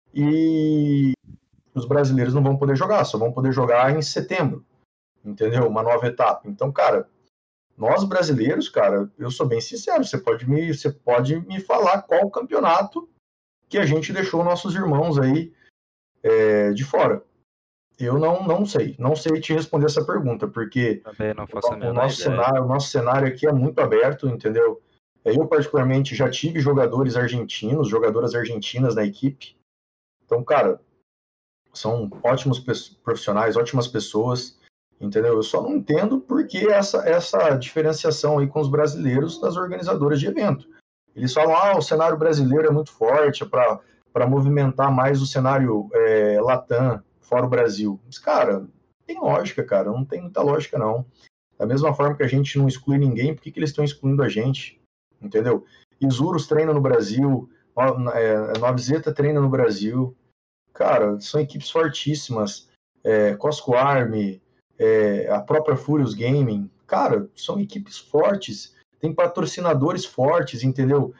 C: e os brasileiros não vão poder jogar, só vão poder jogar em setembro, entendeu? Uma nova etapa. Então, cara, nós brasileiros, cara, eu sou bem sincero, você pode me falar qual campeonato que a gente deixou nossos irmãos aí de fora. Eu não sei te responder essa pergunta, porque o nosso cenário aqui é muito aberto, entendeu? Eu, particularmente, já tive jogadoras argentinas na equipe. Então, cara, são ótimos profissionais, ótimas pessoas, entendeu? Eu só não entendo por que essa diferenciação aí com os brasileiros das organizadoras de evento. Eles falam, o cenário brasileiro é muito forte para movimentar mais o cenário Latam, fora o Brasil. Mas, cara, tem lógica, cara, não tem muita lógica, não. Da mesma forma que a gente não exclui ninguém, por que eles estão excluindo a gente? Entendeu? Isurus treina no Brasil, Novizeta treina no Brasil. Cara, são equipes fortíssimas. Cosco Army, a própria Furious Gaming. Cara, são equipes fortes. Tem patrocinadores fortes, entendeu?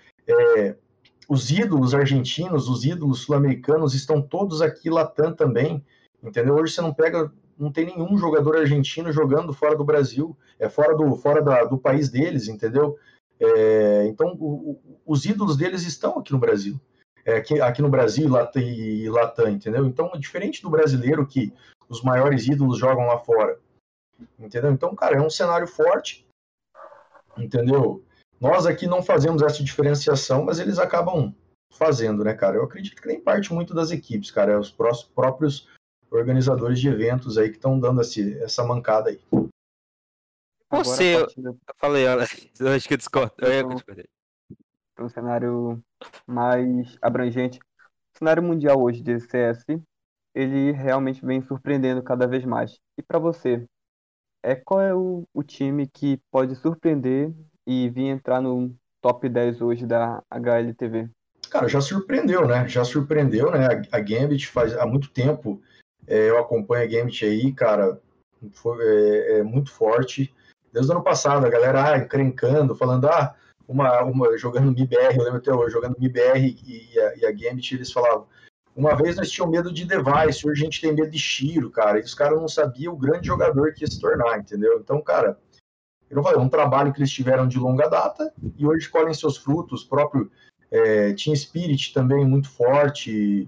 C: Os ídolos argentinos, os ídolos sul-americanos estão todos aqui Latam também, entendeu? Hoje você não tem nenhum jogador argentino jogando fora do Brasil, fora do país deles, entendeu? Então, os ídolos deles estão aqui no Brasil. Aqui no Brasil e Latam, entendeu? Então, diferente do brasileiro, que os maiores ídolos jogam lá fora, entendeu? Então, cara, é um cenário forte, entendeu? Nós aqui não fazemos essa diferenciação, mas eles acabam fazendo, né, cara? Eu acredito que nem parte muito das equipes, cara, é os próprios organizadores de eventos aí que estão dando essa mancada aí.
A: Eu falei, eu acho que eu discordo.
B: Um cenário mais abrangente. O cenário mundial hoje de CS, ele realmente vem surpreendendo cada vez mais. E para você, qual é o time que pode surpreender e vir entrar no top 10 hoje da HLTV?
C: Cara, já surpreendeu, né? A Gambit há muito tempo, eu acompanho a Gambit aí, cara, é muito forte. Desde o ano passado, a galera encrencando, falando, jogando MIBR, eu lembro até hoje, jogando MIBR e a Gambit, eles falavam, uma vez nós tínhamos medo de Device, hoje a gente tem medo de Shiro, cara, e os caras não sabiam o grande jogador que ia se tornar, entendeu? Então, cara, eu não falei, é um trabalho que eles tiveram de longa data e hoje colhem seus frutos, o próprio Team Spirit também muito forte,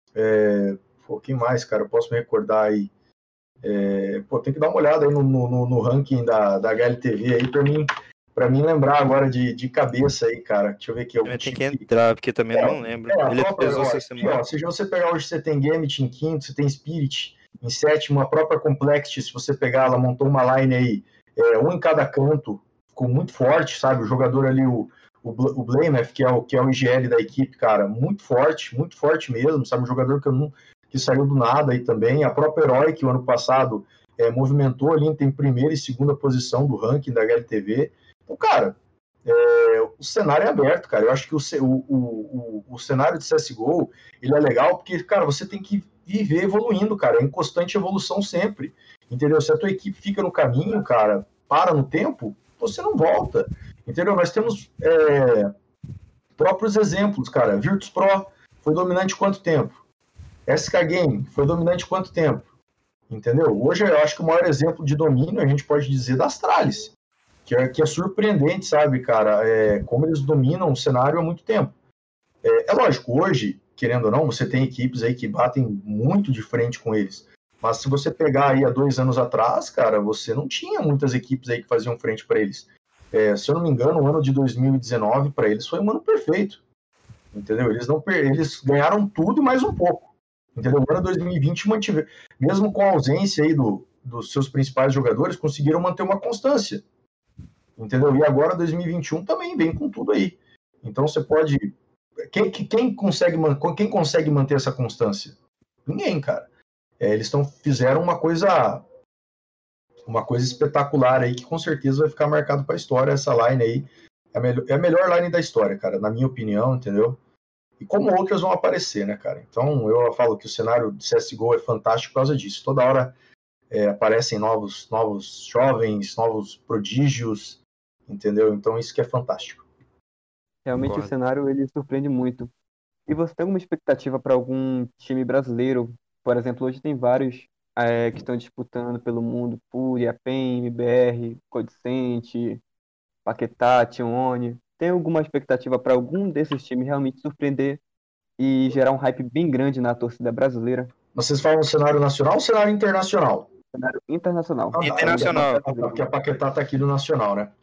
C: quem mais, cara, eu posso me recordar aí, tem que dar uma olhada aí no ranking da HLTV aí pra mim lembrar agora de cabeça aí, cara. Deixa eu ver aqui.
A: Eu tenho que entrar, porque também não lembro.
C: Ele pesou essa semana. Se você pegar hoje, você tem Gambit em quinto, você tem Spirit em sétimo, a própria Complexity, se você pegar, ela montou uma line aí, um em cada canto, ficou muito forte, sabe? O jogador ali, o Blamef, que é o IGL da equipe, cara, muito forte mesmo, sabe? Um jogador que saiu do nada aí também. A própria Herói, que o ano passado movimentou ali, tem primeira e segunda posição do ranking da HLTV. Então, cara, o cenário é aberto, cara. Eu acho que o cenário de CSGO, ele é legal porque, cara, você tem que viver evoluindo, cara. É em constante evolução sempre, entendeu? Se a tua equipe fica no caminho, cara, para no tempo, você não volta, entendeu? Nós temos próprios exemplos, cara. Virtus Pro foi dominante quanto tempo? SK Game foi dominante quanto tempo? Entendeu? Hoje eu acho que o maior exemplo de domínio a gente pode dizer da Astralis, que é surpreendente, sabe, cara? Como eles dominam o cenário há muito tempo. É lógico, hoje, querendo ou não, você tem equipes aí que batem muito de frente com eles. Mas se você pegar aí há 2 anos atrás, cara, você não tinha muitas equipes aí que faziam frente para eles. Se eu não me engano, o ano de 2019 para eles foi um ano perfeito. Entendeu? Eles ganharam tudo e mais um pouco. Entendeu? O ano 2020 mantiveram. Mesmo com a ausência aí dos seus principais jogadores, conseguiram manter uma constância. Entendeu? E agora 2021 também vem com tudo aí. Então você pode. Quem consegue manter essa constância? Ninguém, cara. Eles fizeram uma coisa espetacular aí que com certeza vai ficar marcado para a história. Essa line aí é a melhor line da história, cara, na minha opinião, entendeu? E como outras vão aparecer, né, cara? Então eu falo que o cenário de CSGO é fantástico por causa disso. Toda hora aparecem novos jovens, novos prodígios, entendeu? Então isso que é fantástico.
B: Realmente
A: Concordo.
B: o cenário ele surpreende muito. E você tem alguma expectativa para algum time brasileiro? Por exemplo, hoje tem vários que estão disputando pelo mundo: Fúria, PEN, MBR, Codicente, Paquetá, Tione. Tem alguma expectativa para algum desses times realmente surpreender e gerar um hype bem grande na torcida brasileira?
C: Vocês falam cenário nacional ou cenário internacional?
B: Cenário internacional.
A: Internacional.
C: Porque a Paquetá tá aqui no nacional, né?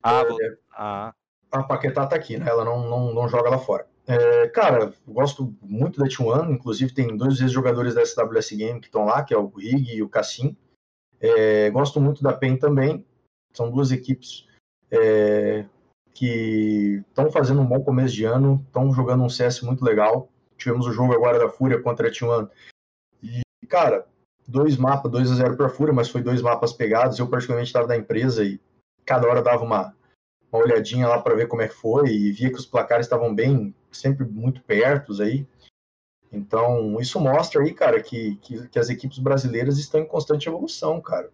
C: A Paquetá tá aqui, né? Ela não joga lá fora. Cara, gosto muito da T1, inclusive tem 2 ex-jogadores da SWS Game que estão lá, que é o Rig e o Cassim. Gosto muito da PEN também. São 2 equipes que estão fazendo um bom começo de ano, estão jogando um CS muito legal. Tivemos o jogo agora da Fúria contra a T1. E, cara, 2-0 para a Fúria, mas foi 2 mapas pegados. Eu particularmente estava na empresa e cada hora dava uma olhadinha lá para ver como é que foi e via que os placares estavam bem, sempre muito pertos aí. Então, isso mostra aí, cara, que as equipes brasileiras estão em constante evolução, cara.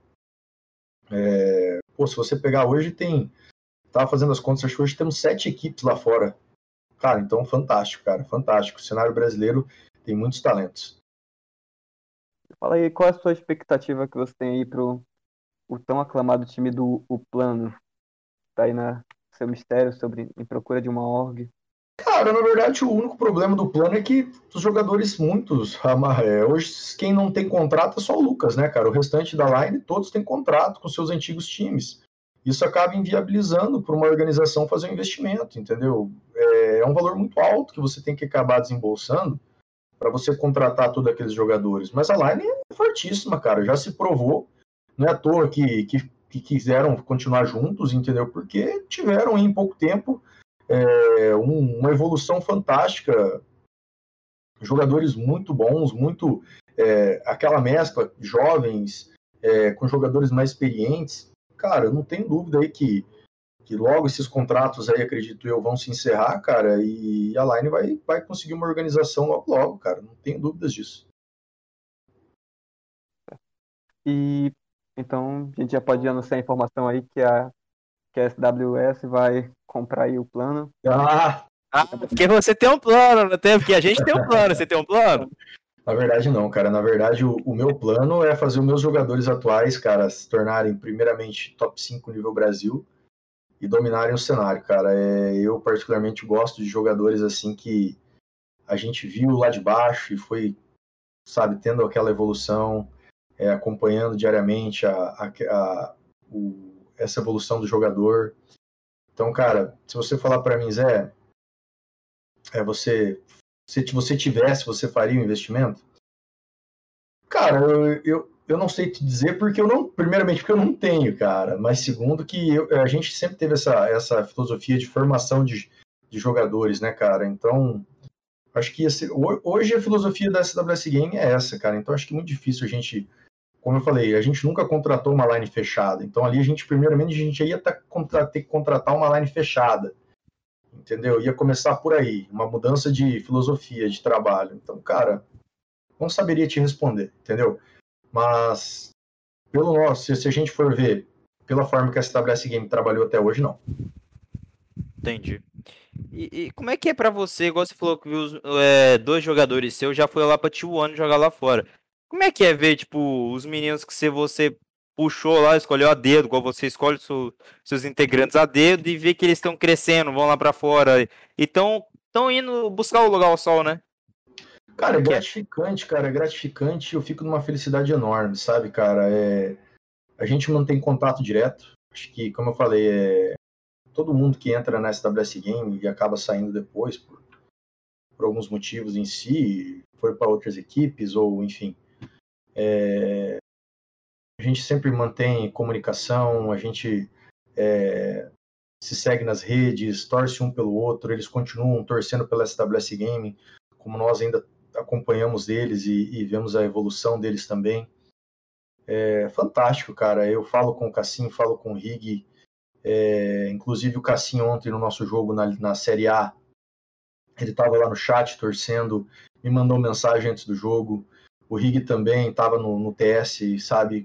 C: Se você pegar hoje, tava fazendo as contas, acho que hoje temos 7 equipes lá fora. Cara, então fantástico, cara, fantástico. O cenário brasileiro tem muitos talentos.
B: Fala aí, qual é a sua expectativa que você tem aí pro o tão aclamado time do Plano? Tá aí na seu mistério em procura de uma org.
C: Cara, na verdade, o único problema do Plano é que os jogadores, hoje quem não tem contrato é só o Lucas, né, cara? O restante da line, todos têm contrato com seus antigos times. Isso acaba inviabilizando para uma organização fazer um investimento, entendeu? É um valor muito alto que você tem que acabar desembolsando para você contratar todos aqueles jogadores. Mas a line é fortíssima, cara. Já se provou. Não é à toa que quiseram continuar juntos, entendeu? Porque tiveram em pouco tempo uma evolução fantástica. Jogadores muito bons, aquela mescla, jovens com jogadores mais experientes. Cara, eu não tenho dúvida aí que logo esses contratos aí, acredito eu, vão se encerrar, cara, e a Line vai conseguir uma organização logo, cara, não tenho dúvidas disso.
B: E então a gente já pode anunciar a informação aí que a SWS vai comprar aí o Plano.
A: Porque você tem um plano, não tem? Porque a gente tem um plano, você tem um plano?
C: Na verdade não, cara, na verdade o meu plano é fazer os meus jogadores atuais, cara, se tornarem primeiramente top 5 nível Brasil e dominarem o cenário, cara. Eu particularmente gosto de jogadores assim que a gente viu lá de baixo e foi, sabe, tendo aquela evolução, acompanhando diariamente essa evolução do jogador. Então, cara, se você falar para mim, Zé, se você tivesse, você faria um investimento? Cara, eu não sei te dizer primeiramente porque eu não tenho, cara, mas segundo que a gente sempre teve essa filosofia de formação de jogadores, né, cara? Então, acho que hoje a filosofia da SWS Game é essa, cara. Então, acho que é muito difícil a gente, como eu falei, a gente nunca contratou uma line fechada. Então, ali primeiramente, a gente ia ter que contratar uma line fechada, entendeu? Ia começar por aí, uma mudança de filosofia, de trabalho. Então, cara, não saberia te responder, entendeu? Mas, se a gente for ver pela forma que a SWS Game trabalhou até hoje, não.
A: Entendi. E como é que é pra você, igual você falou que viu 2 jogadores seus, já foi lá pra T1 jogar lá fora. Como é que é ver, tipo, os meninos que você puxou lá, escolheu a dedo, igual você escolhe seus integrantes a dedo, e ver que eles estão crescendo, vão lá pra fora, e estão estão indo buscar o lugar ao sol, né?
C: Cara, é gratificante, cara, é gratificante. Eu fico numa felicidade enorme, sabe, cara? A gente mantém contato direto. Acho que, como eu falei, todo mundo que entra na SWS Game e acaba saindo depois por alguns motivos em si, foi para outras equipes ou enfim. A gente sempre mantém comunicação, a gente se segue nas redes, torce um pelo outro, eles continuam torcendo pela SWS Game, como nós ainda acompanhamos eles e vemos a evolução deles também. É fantástico, cara. Eu falo com o Cassim, falo com o Rig, inclusive o Cassim ontem no nosso jogo na Série A, ele estava lá no chat torcendo, me mandou mensagem antes do jogo. O Rig também estava no TS, sabe,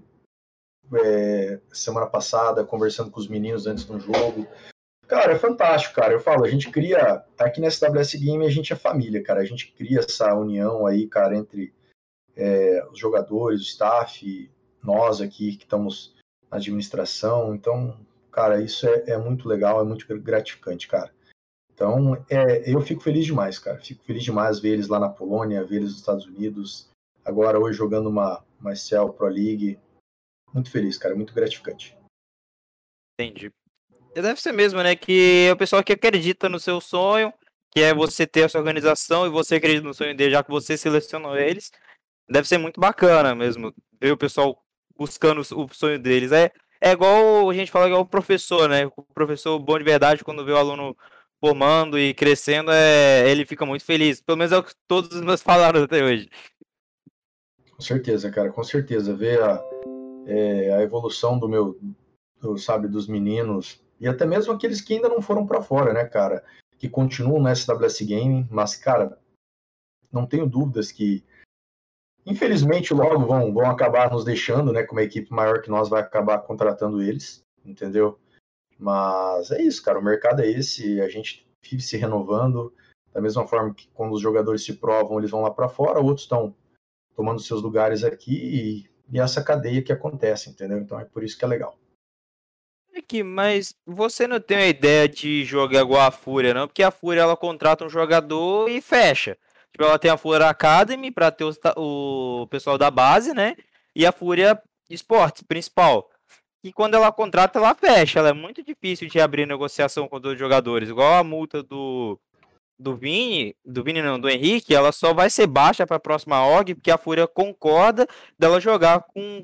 C: semana passada, conversando com os meninos antes do jogo. Cara, é fantástico, cara. Eu falo, a gente cria, aqui na SWS Game a gente é família, cara. A gente cria essa união aí, cara, entre os jogadores, o staff, nós aqui que estamos na administração. Então, cara, isso é muito legal, é muito gratificante, cara. Então, eu fico feliz demais, cara. Fico feliz demais ver eles lá na Polônia, ver eles nos Estados Unidos. Agora, hoje, jogando uma ESL Pro League. Muito feliz, cara. Muito gratificante.
A: Entendi. Deve ser mesmo, né? Que é o pessoal que acredita no seu sonho, que é você ter a sua organização e você acredita no sonho dele, já que você selecionou eles. Deve ser muito bacana mesmo ver o pessoal buscando o sonho deles. É igual a gente fala, igual o professor, né? O professor bom de verdade, quando vê o aluno formando e crescendo, ele fica muito feliz. Pelo menos é o que todos os meus falaram até hoje.
C: Com certeza, cara, com certeza. Ver a evolução sabe, dos meninos, e até mesmo aqueles que ainda não foram para fora, né, cara? Que continuam na SWS Gaming, mas, cara, não tenho dúvidas que, infelizmente, logo vão acabar nos deixando, né? Como a equipe maior que nós vai acabar contratando eles, entendeu? Mas é isso, cara, o mercado é esse, a gente vive se renovando, da mesma forma que quando os jogadores se provam, eles vão lá para fora, outros estão tomando seus lugares aqui e essa cadeia que acontece, entendeu? Então é por isso que é legal.
A: Aqui, mas você não tem a ideia de jogar igual a Fúria, não? Porque a Fúria, ela contrata um jogador e fecha. Tipo, ela tem a Fúria Academy para ter o pessoal da base, né? E a Fúria Esportes, principal. E quando ela contrata, ela fecha. Ela é muito difícil de abrir negociação com os jogadores. Igual a multa do Vini não, do Henrique, ela só vai ser baixa para a próxima org, porque a Fúria concorda dela jogar com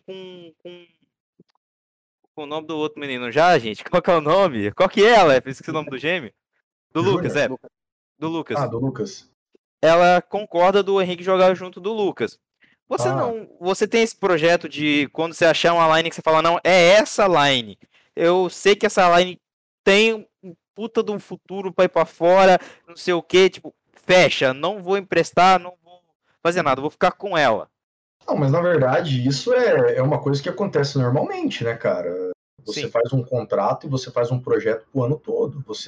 A: o nome do outro menino já, gente. Qual que é o nome? Qual que é ela? Esqueci o nome do gêmeo. Do Lucas,
C: Júnior.
A: Do Lucas.
C: Ah, do Lucas.
A: Ela concorda do Henrique jogar junto do Lucas. Você tem esse projeto de quando você achar uma line que você fala, não, é essa line. Eu sei que essa line tem um puta de um futuro pra ir pra fora, não sei o que, tipo, fecha, não vou emprestar, não vou fazer nada, vou ficar com ela.
C: Não, mas na verdade isso é uma coisa que acontece normalmente, né, cara? Você faz um contrato e você faz um projeto pro ano todo. Você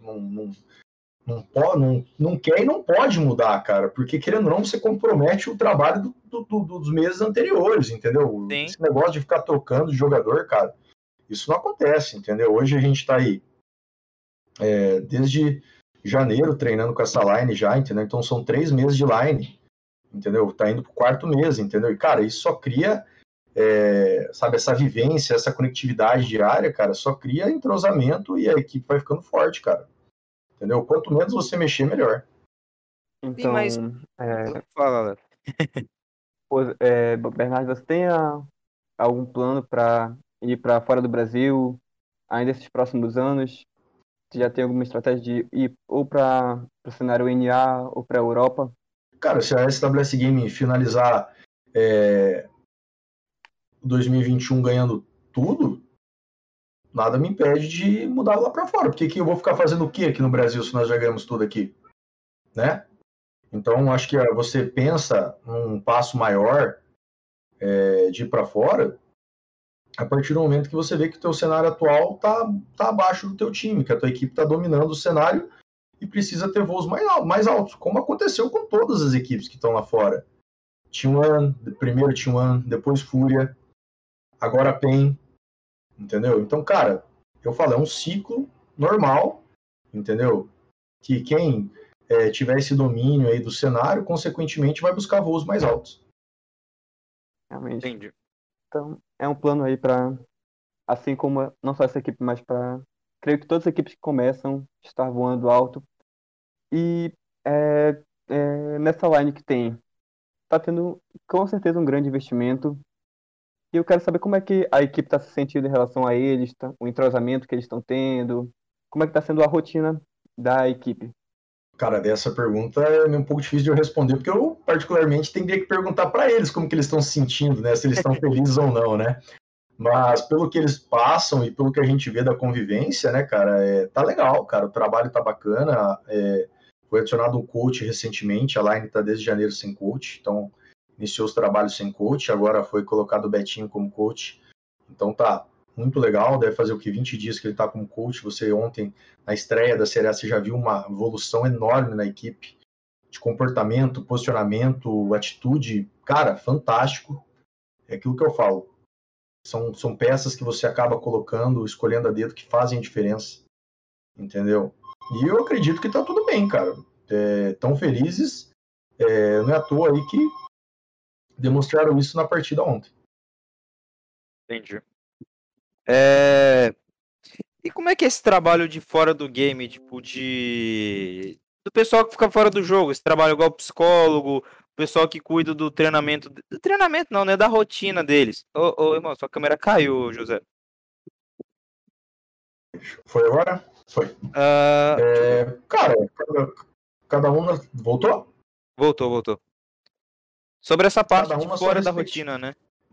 C: não quer e não pode mudar, cara, porque querendo ou não, você compromete o trabalho dos meses anteriores, entendeu?
A: Sim.
C: Esse negócio de ficar trocando de jogador, cara, isso não acontece, entendeu? Hoje a gente tá aí desde janeiro treinando com essa line já, entendeu? Então são 3 meses de line, entendeu? Tá indo pro 4º mês, entendeu? E, cara, isso só cria, sabe, essa vivência, essa conectividade diária, cara, só cria entrosamento e a equipe vai ficando forte, cara. Entendeu? Quanto menos você mexer, melhor.
B: Então,
A: Fala,
B: Bernardo, você tem algum plano para ir para fora do Brasil ainda esses próximos anos? Você já tem alguma estratégia de ir ou para o cenário NA ou para a Europa?
C: Cara, se a SWS Game finalizar 2021 ganhando tudo, nada me impede de mudar lá para fora. Porque que eu vou ficar fazendo o quê aqui no Brasil se nós já ganhamos tudo aqui? Né? Então, acho que você pensa num passo maior de ir para fora a partir do momento que você vê que o teu cenário atual tá abaixo do teu time, que a tua equipe está dominando o cenário e precisa ter voos mais altos, como aconteceu com todas as equipes que estão lá fora. T1, primeiro T1, depois Fúria, agora PEN, entendeu? Então, cara, eu falo, é um ciclo normal, entendeu? Que quem tiver esse domínio aí do cenário, consequentemente vai buscar voos mais altos.
B: Realmente.
A: Entendi.
B: Então, é um plano aí para, assim como não só essa equipe, mas para, creio que todas as equipes que começam estar voando alto. E nessa line que tem, tá tendo com certeza um grande investimento. E eu quero saber como é que a equipe está se sentindo em relação a eles, o entrosamento que eles estão tendo, como é que está sendo a rotina da equipe.
C: Cara, dessa pergunta é um pouco difícil de eu responder, porque eu, particularmente, teria que perguntar para eles como que eles estão se sentindo, né? Se eles estão felizes ou não, né? Mas pelo que eles passam e pelo que a gente vê da convivência, né, cara, tá legal, cara. O trabalho tá bacana. Foi adicionado um coach recentemente, a Line tá desde janeiro sem coach, então iniciou os trabalhos sem coach, agora foi colocado o Betinho como coach. Então tá muito legal, deve fazer o que 20 dias que ele tá como coach. Você ontem, na estreia da Série A, você já viu uma evolução enorme na equipe, de comportamento, posicionamento, atitude. Cara, fantástico. É aquilo que eu falo. São peças que você acaba colocando, escolhendo a dedo, que fazem diferença, entendeu? E eu acredito que tá tudo bem, cara. Tão felizes, não é à toa aí que demonstraram isso na partida ontem.
A: Entendi. E como é que é esse trabalho de fora do game, tipo, do pessoal que fica fora do jogo, esse trabalho igual psicólogo, o pessoal que cuida do treinamento não, né, da rotina deles. Ô, irmão, sua câmera caiu, José.
C: Foi agora? Foi. Cara, cada um voltou?
A: Voltou. Sobre essa parte
C: Cada um
A: de
C: na sua
A: fora da
C: respectiva.
A: rotina, né?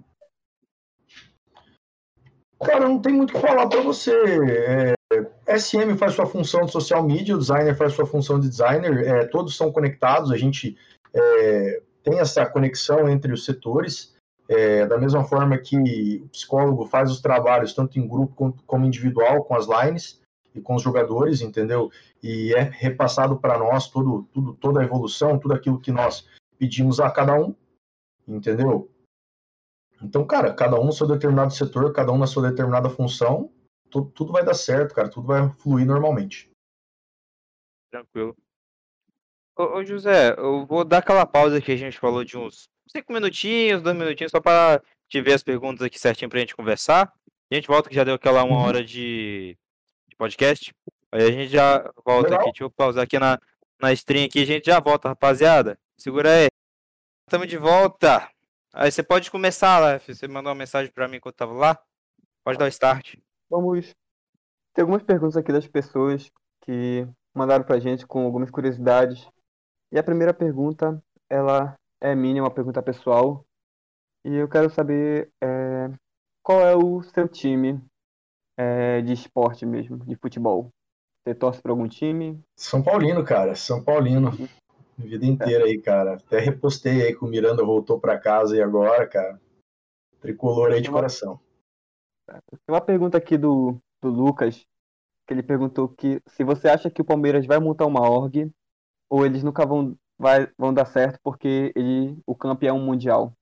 C: Cara, não tem muito o que falar pra você. SM faz sua função de social media, o designer faz sua função de designer, todos são conectados, a gente tem essa conexão entre os setores, da mesma forma que o psicólogo faz os trabalhos tanto em grupo como individual com as lines e com os jogadores, entendeu? E é repassado para nós toda a evolução, tudo aquilo que nós pedimos a cada um, entendeu? Então, cara, cada um no seu determinado setor, cada um na sua determinada função, tudo vai dar certo, cara, tudo vai fluir normalmente.
A: Tranquilo. Ô, José, eu vou dar aquela pausa que a gente falou de uns 5 minutinhos, 2 minutinhos, só para te ver as perguntas aqui certinho pra gente conversar. A gente volta que já deu aquela 1 hora de podcast. Aí a gente já volta
C: Legal.
A: aqui. Deixa eu pausar aqui na stream aqui, a gente já volta, rapaziada. Segura aí. Estamos de volta. Aí você pode começar, Lef. Você mandou uma mensagem para mim enquanto tava lá. Pode dar o start.
B: Vamos ter algumas perguntas aqui das pessoas que mandaram pra gente com algumas curiosidades. E a primeira pergunta, ela é minha, uma pergunta pessoal. E eu quero saber qual é o seu time de esporte mesmo, de futebol. Você torce para algum time?
C: São Paulino, cara, São Paulino. Vida inteira aí, cara. Até repostei aí que o Miranda voltou pra casa e agora, cara. Tricolor aí de coração.
B: Tem uma pergunta aqui do Lucas, que ele perguntou que se você acha que o Palmeiras vai montar uma org ou eles nunca vão dar certo porque o campeão mundial.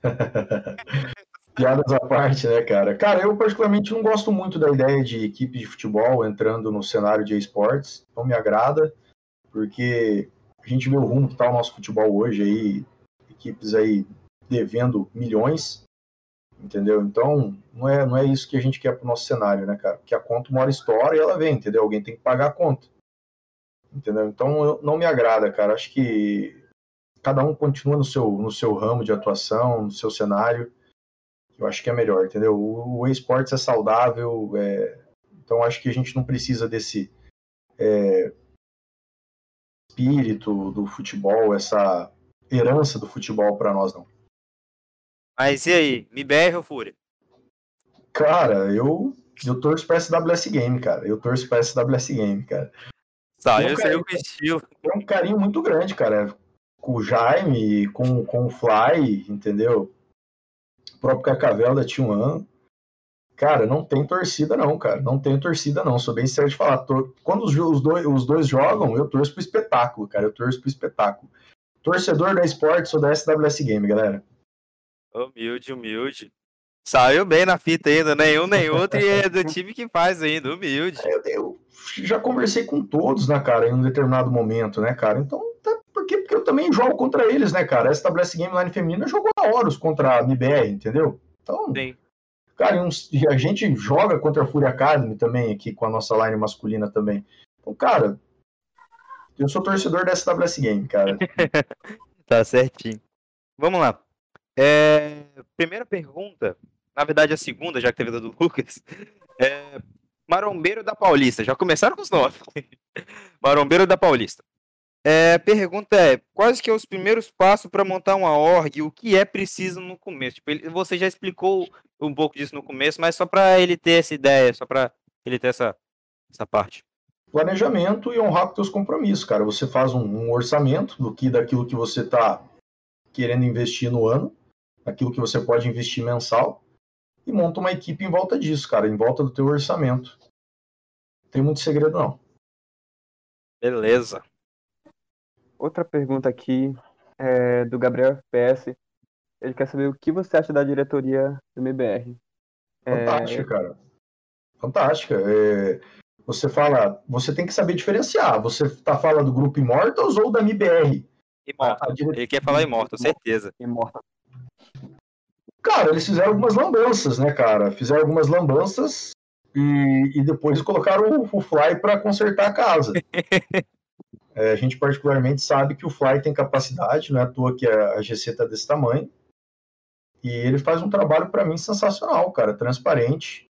C: Piadas à parte, né, cara? Cara, eu particularmente não gosto muito da ideia de equipe de futebol entrando no cenário de esportes. Não me agrada, porque a gente vê o rumo que tá o nosso futebol hoje aí, equipes aí devendo milhões, entendeu? Então, não é isso que a gente quer pro nosso cenário, né, cara? Porque a conta uma hora estoura e ela vem, entendeu? Alguém tem que pagar a conta. Entendeu? Então, não me agrada, cara. Acho que cada um continua no seu ramo de atuação, no seu cenário. Eu acho que é melhor, entendeu? O esportes é saudável, então acho que a gente não precisa desse espírito do futebol, essa herança do futebol para nós, não.
A: Mas e aí? MBR ou Fúria?
C: Cara, eu torço pra SWS Game, cara. Eu torço pra SWS Game, cara.
A: Saiu com estilo.
C: É um carinho muito grande, cara. Com o Jaime, com o Fly, entendeu? O próprio Cacavel da T1. Cara, não tem torcida não, cara. Não tem torcida não. Sou bem sério de falar. Quando os dois jogam, eu torço pro espetáculo, cara. Eu torço pro espetáculo. Torcedor da Esportes ou da SWS Game, galera.
A: Humilde. Saiu bem na fita ainda, nenhum nem outro, e é do time que faz ainda, humilde.
C: Eu já conversei com todos, né, cara, em um determinado momento, né, cara? Então, por quê? Porque eu também jogo contra eles, né, cara? A SWS Game Line Feminina jogou a Horus contra a MBR, entendeu? Então,
A: Sim.
C: cara, a gente joga contra a Fury Academy também aqui com a nossa line masculina também. Então, cara, eu sou torcedor da SWS Game, cara.
A: Tá certinho. Vamos lá. Primeira pergunta, na verdade a segunda, já que teve a do Lucas. Marombeiro da Paulista. Já começaram com os nomes. Marombeiro da Paulista. A pergunta é, quais que são os primeiros passos para montar uma org e o que é preciso no começo? Tipo, você já explicou um pouco disso no começo, mas só para ele ter essa ideia, só para ele ter essa parte.
C: Planejamento e honrar com seus compromissos, cara. Você faz um orçamento daquilo que você está querendo investir no ano, daquilo que você pode investir mensal, e monta uma equipe em volta disso, cara, em volta do teu orçamento. Não tem muito segredo, não.
A: Beleza.
B: Outra pergunta aqui é do Gabriel FPS. Ele quer saber o que você acha da diretoria do MBR.
C: Fantástica, cara. Fantástica. Você tem que saber diferenciar. Você fala do grupo Immortals ou da MBR?
A: Immortals. Ele quer falar Immortals, certeza.
B: Immortals.
C: Cara, eles fizeram algumas lambanças, né, cara? Fizeram algumas lambanças e depois colocaram o Fly para consertar a casa. A gente particularmente sabe que o Fly tem capacidade, não é à toa que a GC tá desse tamanho. E ele faz um trabalho, para mim, sensacional, cara, transparente,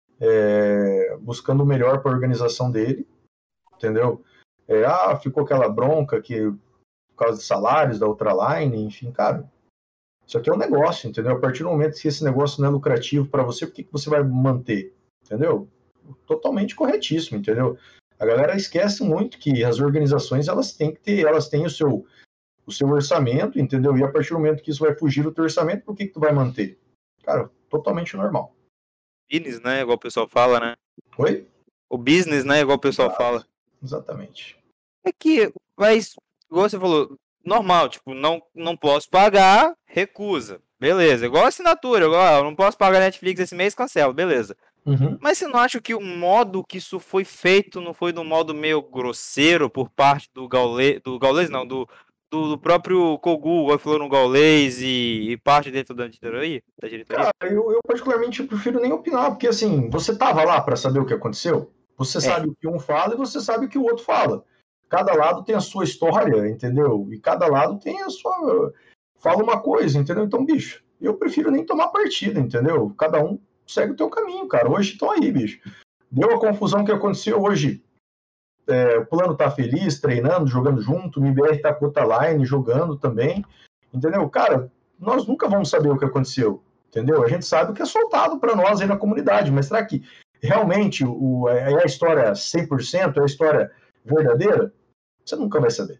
C: buscando o melhor para a organização dele, entendeu? Ficou aquela bronca que por causa de salários da outra line, enfim, cara, isso aqui é um negócio, entendeu? A partir do momento que esse negócio não é lucrativo para você, por que você vai manter, entendeu? Totalmente corretíssimo, entendeu? A galera esquece muito que as organizações, elas têm o seu orçamento, entendeu? E a partir do momento que isso vai fugir do teu orçamento, por que tu vai manter? Cara, totalmente normal.
A: Business, né? Igual o pessoal fala, né?
C: Oi?
A: O business, né? Igual o pessoal fala.
C: Exatamente.
A: É que, mas, igual você falou, normal, tipo, não posso pagar, recusa. Beleza. Igual assinatura, igual, eu não posso pagar Netflix esse mês, cancelo, beleza.
C: Uhum.
A: Mas você não acha que o modo que isso foi feito não foi de um modo meio grosseiro por parte do Gaules não, do próprio Kogu, igual falou no Gaules e parte dentro da diretoria?
C: Cara, eu particularmente prefiro nem opinar, porque assim, você tava lá para saber o que aconteceu? Você sabe o que um fala e você sabe o que o outro fala. Cada lado tem a sua história, entendeu? E cada lado tem a sua... Fala uma coisa, entendeu? Então, bicho, eu prefiro nem tomar partida, entendeu? Cada um segue o teu caminho, cara. Hoje estão aí, bicho. Deu a confusão que aconteceu hoje. O plano tá feliz, treinando, jogando junto, o MBR tá com outra line, jogando também, entendeu? Cara, nós nunca vamos saber o que aconteceu, entendeu? A gente sabe o que é soltado para nós aí na comunidade, mas será que realmente é a história 100%, é a história verdadeira? Você nunca vai saber.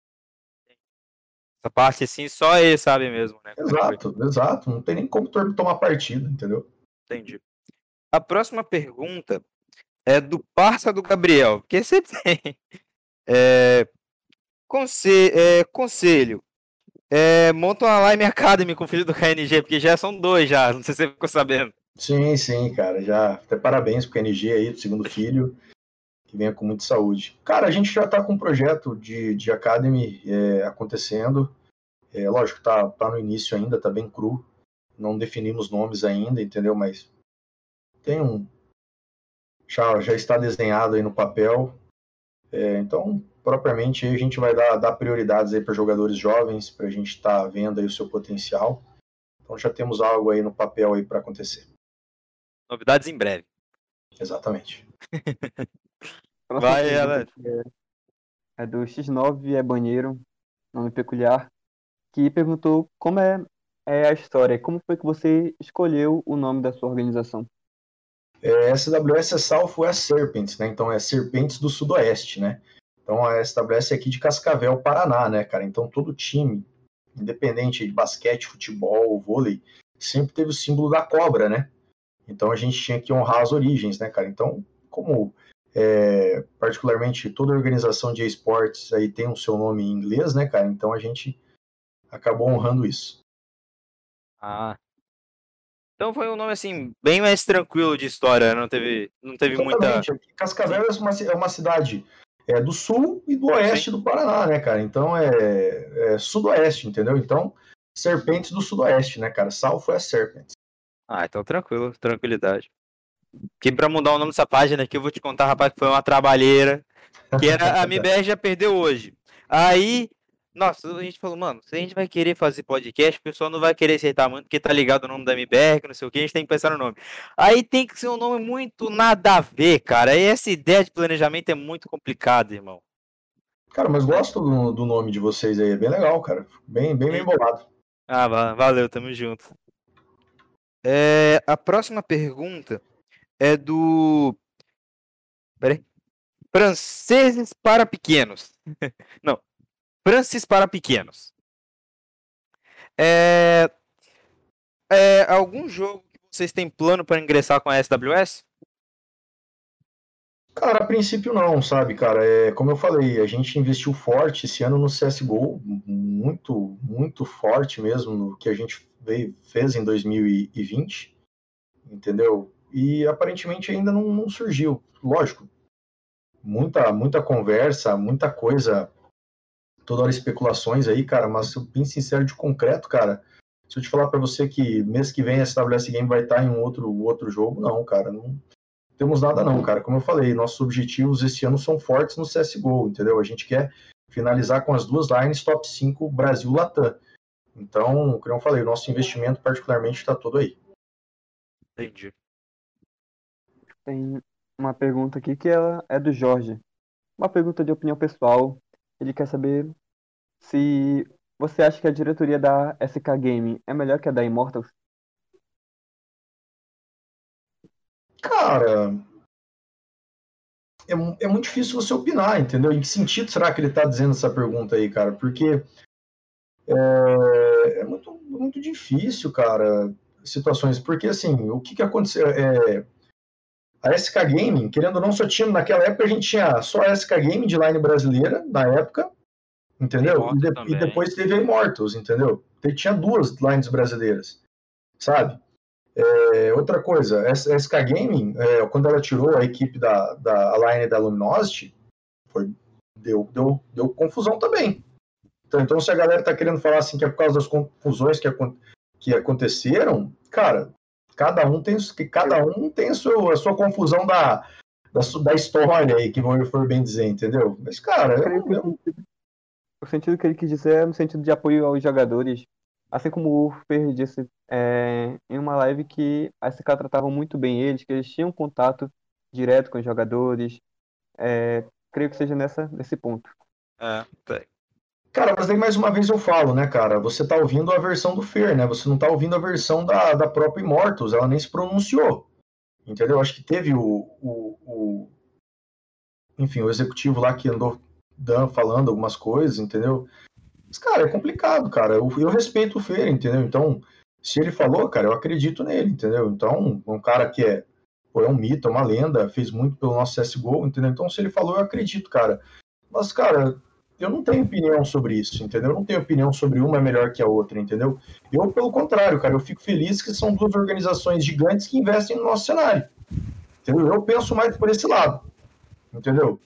A: Essa parte, assim, só ele sabe mesmo, né?
C: Exato. Não tem nem como tomar partido, entendeu?
A: Entendi. A próxima pergunta é do parça do Gabriel, porque você tem conselho. Monta uma Lime Academy com o filho do KNG, porque já são 2 já, não sei se você ficou sabendo.
C: Sim, cara, já até parabéns pro KNG aí, do segundo filho, que venha com muita saúde. Cara, a gente já tá com um projeto de Academy acontecendo, lógico, tá no início ainda, tá bem cru, não definimos nomes ainda, entendeu, mas tem já está desenhado aí no papel, então, propriamente, a gente vai dar prioridades aí para jogadores jovens, para a gente estar vendo aí o seu potencial, então já temos algo aí no papel aí para acontecer.
A: Novidades em breve.
C: Exatamente.
A: Vai, Alex.
B: É do X9 Banheiro, nome peculiar, que perguntou como é a história, como foi que você escolheu o nome da sua organização?
C: SWS é Southwest Serpents, né? Então é Serpentes do Sudoeste, né? Então a SWS é aqui de Cascavel, Paraná, né, cara? Então todo time, independente de basquete, futebol, vôlei, sempre teve o símbolo da cobra, né? Então a gente tinha que honrar as origens, né, cara? Então, como particularmente toda organização de esportes aí tem o seu nome em inglês, né, cara? Então a gente acabou honrando isso.
A: Então foi um nome, assim, bem mais tranquilo de história, não teve muita...
C: Exatamente. Aqui, Cascavel é uma cidade do sul e do oeste
A: Sim.
C: do Paraná, né, cara? Então é sudoeste, entendeu? Então, Serpentes do Sudoeste, né, cara? Sal foi a Serpents.
A: Ah, então tranquilo, tranquilidade. Que pra mudar o nome dessa página aqui, eu vou te contar, rapaz, que foi uma trabalheira. Que era a MBR já perdeu hoje. Aí, nossa, a gente falou, mano, se a gente vai querer fazer podcast, o pessoal não vai querer aceitar muito, porque tá ligado o nome da MBR, que não sei o que, a gente tem que pensar no nome. Aí tem que ser um nome muito nada a ver, cara. E essa ideia de planejamento é muito complicada, irmão.
C: Cara, mas gosto do nome de vocês aí, é bem legal, cara. Bem bolado.
A: Ah, valeu, tamo junto. A próxima pergunta é do... Peraí. Franceses para pequenos. Não, Francis para pequenos. Algum jogo que vocês têm plano para ingressar com a SWS?
C: Cara, a princípio não, sabe, cara? Como eu falei, a gente investiu forte esse ano no CSGO, muito forte mesmo no que a gente fez em 2020, entendeu? E aparentemente ainda não surgiu. Lógico, muita conversa, muita coisa, toda hora especulações aí, cara, mas se eu bem sincero de concreto, cara, se eu te falar para você que mês que vem a SWS Game vai estar em um outro jogo, não, cara, não temos nada não, cara. Como eu falei, nossos objetivos esse ano são fortes no CSGO, entendeu? A gente quer finalizar com as duas lines top 5 Brasil-Latam. Então, como eu falei, o nosso investimento particularmente está todo aí.
A: Entendi.
B: Tem uma pergunta aqui que ela é do Jorge. Uma pergunta de opinião pessoal. Ele quer saber se você acha que a diretoria da SK Game é melhor que a da Immortals?
C: Cara, é muito difícil você opinar, entendeu? Em que sentido será que ele está dizendo essa pergunta aí, cara? Porque é muito difícil, cara, situações. Porque, assim, o que aconteceu? A SK Gaming, querendo ou não, só tinha, naquela época a gente tinha só a SK Gaming de line brasileira, na época, entendeu? E depois teve a Immortals, entendeu? Tinha duas lines brasileiras, sabe? Outra coisa, a SK Gaming, quando ela tirou a equipe da line da Luminosity, deu confusão também. Então, se a galera tá querendo falar assim que é por causa das confusões que aconteceram, cara, cada um tem a sua confusão da história aí, que for bem dizer, entendeu? Mas, cara,
B: O sentido que ele quis dizer é no sentido de apoio aos jogadores. Assim como o Fer disse em uma live que a SK tratava muito bem eles, que eles tinham contato direto com os jogadores. Creio que seja nesse ponto.
C: Cara, mas aí mais uma vez eu falo, né, cara? Você tá ouvindo a versão do Fer, né? Você não tá ouvindo a versão da própria Immortals, ela nem se pronunciou. Entendeu? Acho que teve enfim, o executivo lá que andou falando algumas coisas, entendeu? Mas, cara, é complicado, cara. Eu respeito o Fer, entendeu? Então, se ele falou, cara, eu acredito nele, entendeu? Então, um cara que é um mito, é uma lenda, fez muito pelo nosso CSGO, entendeu? Então, se ele falou, eu acredito, cara. Mas, cara, eu não tenho opinião sobre isso, entendeu? Eu não tenho opinião sobre uma é melhor que a outra, entendeu? Eu, pelo contrário, cara, eu fico feliz que são duas organizações gigantes que investem no nosso cenário, entendeu? Eu penso mais por esse lado, entendeu?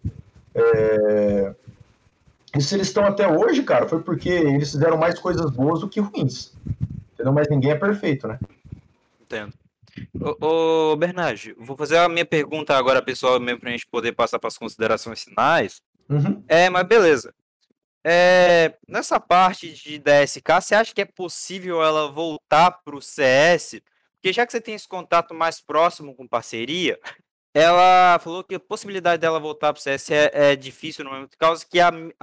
C: E se eles estão até hoje, cara, foi porque eles fizeram mais coisas boas do que ruins, entendeu? Mas ninguém é perfeito, né?
A: Entendo. Ô Bernardo, vou fazer a minha pergunta agora, pessoal, mesmo pra gente poder passar para as considerações finais.
C: Uhum.
A: Mas beleza. Nessa parte da SK, você acha que é possível ela voltar para o CS? Porque já que você tem esse contato mais próximo com parceria, ela falou que a possibilidade dela voltar para o CS é difícil no momento, por causa que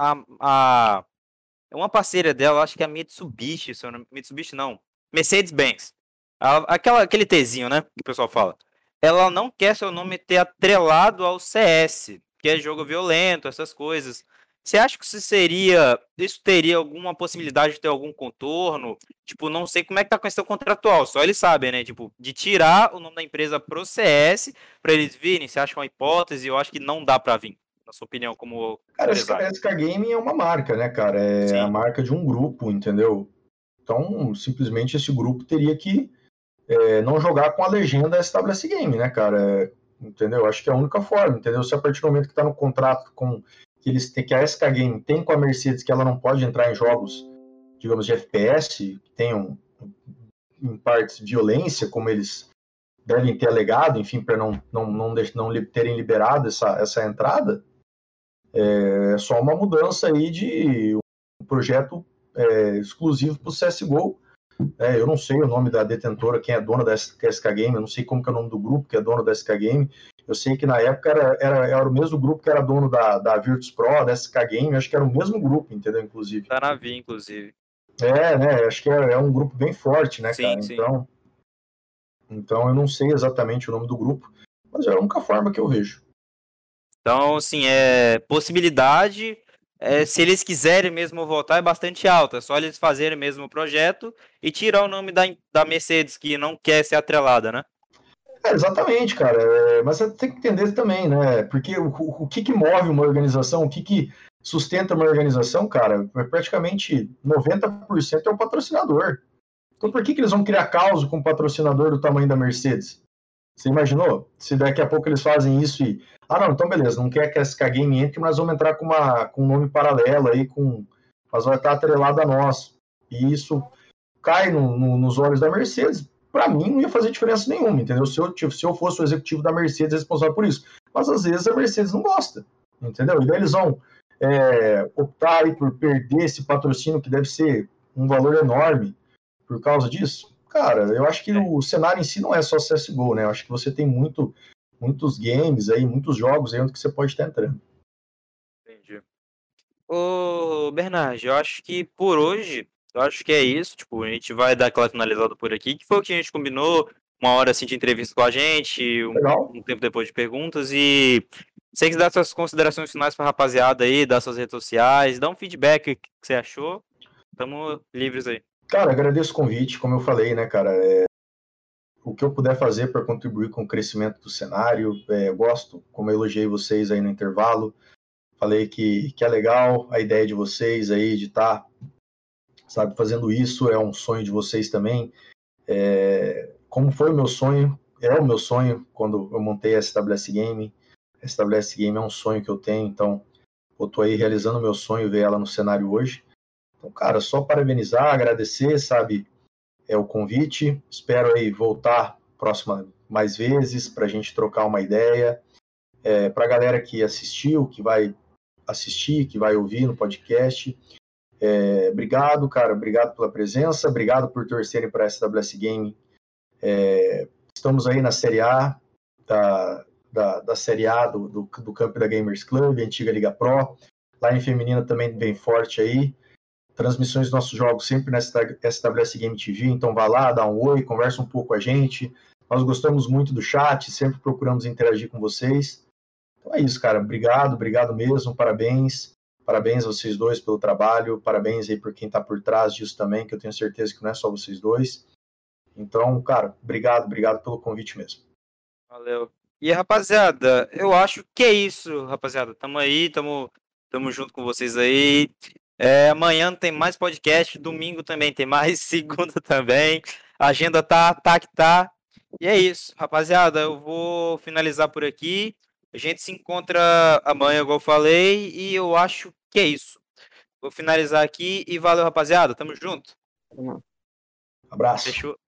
A: uma parceira dela, acho que é a Mitsubishi, Mitsubishi não, Mercedes-Benz. Aquele Tzinho, né, que o pessoal fala. Ela não quer seu nome ter atrelado ao CS, que é jogo violento, essas coisas. Você acha que isso teria alguma possibilidade de ter algum contorno? Tipo, não sei como é que tá a questão contratual, só eles sabem, né? Tipo, de tirar o nome da empresa pro CS, para eles virem, você acha uma hipótese? Eu acho que não dá para vir, na sua opinião, como
C: cara,
A: empresário.
C: a SK Gaming é uma marca, né, cara? É
A: Sim.
C: a marca de um grupo, entendeu? Então, simplesmente esse grupo teria que não jogar com a legenda SWS Game, né, cara? Entendeu? Acho que é a única forma, entendeu? Se a partir do momento que está no contrato que a SK Game tem com a Mercedes, que ela não pode entrar em jogos, digamos, de FPS, que tenham, em partes, violência, como eles devem ter alegado, enfim, para não terem liberado essa entrada, é só uma mudança aí de um projeto exclusivo para o CSGO. Eu não sei o nome da detentora, quem é dona da SK Game, eu não sei como que é o nome do grupo que é dono da SK Game. Eu sei que na época era o mesmo grupo que era dono da Virtus Pro, da SK Game, acho que era o mesmo grupo, entendeu? Inclusive.
A: Tá na Navi, inclusive.
C: Né? Acho que é um grupo bem forte, né,
A: sim,
C: cara?
A: Sim.
C: Então eu não sei exatamente o nome do grupo, mas é a única forma que eu vejo.
A: Então, assim, possibilidade, se eles quiserem mesmo voltar, é bastante alta. É só eles fazerem mesmo o projeto e tirar o nome da Mercedes, que não quer ser atrelada, né?
C: Exatamente, cara. Mas você tem que entender também, né? Porque o que move uma organização, o que sustenta uma organização, cara, praticamente 90% é o patrocinador. Então por que eles vão criar caos com um patrocinador do tamanho da Mercedes? Você imaginou? Se daqui a pouco eles fazem isso e... não, então beleza, não quer que a SK Game entre, mas vamos entrar com um nome paralelo aí, mas vai estar atrelado a nós. E isso cai nos olhos da Mercedes. Para mim não ia fazer diferença nenhuma, entendeu? Se eu fosse o executivo da Mercedes responsável por isso. Mas às vezes a Mercedes não gosta, entendeu? E daí eles vão optar aí por perder esse patrocínio que deve ser um valor enorme por causa disso. Cara, eu acho que o cenário em si não é só CSGO, né? Eu acho que você tem muitos games aí, muitos jogos aí onde você pode estar entrando.
A: Entendi. Ô, Bernardo, eu acho que por hoje, eu acho que é isso. Tipo, a gente vai dar aquela finalizada por aqui, que foi o que a gente combinou, 1 hora assim de entrevista com a gente, um tempo depois de perguntas. E se você quiser dar suas considerações finais pra rapaziada aí, dar suas redes sociais, dá um feedback o que você achou. Estamos livres aí.
C: Cara, agradeço o convite, como eu falei, né, cara, o que eu puder fazer para contribuir com o crescimento do cenário, gosto, como eu elogiei vocês aí no intervalo, falei que é legal a ideia de vocês aí de estar, fazendo isso, é um sonho de vocês também, como foi o meu sonho, é o meu sonho quando eu montei a SWS Game. A SWS Game é um sonho que eu tenho, então eu tô aí realizando o meu sonho, ver ela no cenário hoje. Então, cara, só parabenizar, agradecer, o convite. Espero aí voltar mais vezes para a gente trocar uma ideia. Para a galera que assistiu, que vai assistir, que vai ouvir no podcast, obrigado, cara, obrigado pela presença, obrigado por torcerem para a SWS Game. Estamos aí na Série A, da Série A do campo da Gamers Club, antiga Liga Pro. Lá em feminina também bem forte aí. Transmissões dos nossos jogos sempre na SWS Game TV, então vá lá, dá um oi, conversa um pouco com a gente. Nós gostamos muito do chat, sempre procuramos interagir com vocês. Então é isso, cara. Obrigado mesmo, parabéns. Parabéns a vocês dois pelo trabalho, parabéns aí por quem está por trás disso também, que eu tenho certeza que não é só vocês dois. Então, cara, obrigado pelo convite mesmo.
A: Valeu. E, rapaziada, eu acho que é isso, rapaziada. Tamo aí, tamo junto com vocês aí. Amanhã tem mais podcast, domingo também tem mais, segunda também. A agenda tá que tá. E é isso, rapaziada. Eu vou finalizar por aqui. A gente se encontra amanhã, igual eu falei, e eu acho que é isso. Vou finalizar aqui e valeu, rapaziada. Tamo junto.
C: Abraço.
A: Fechou.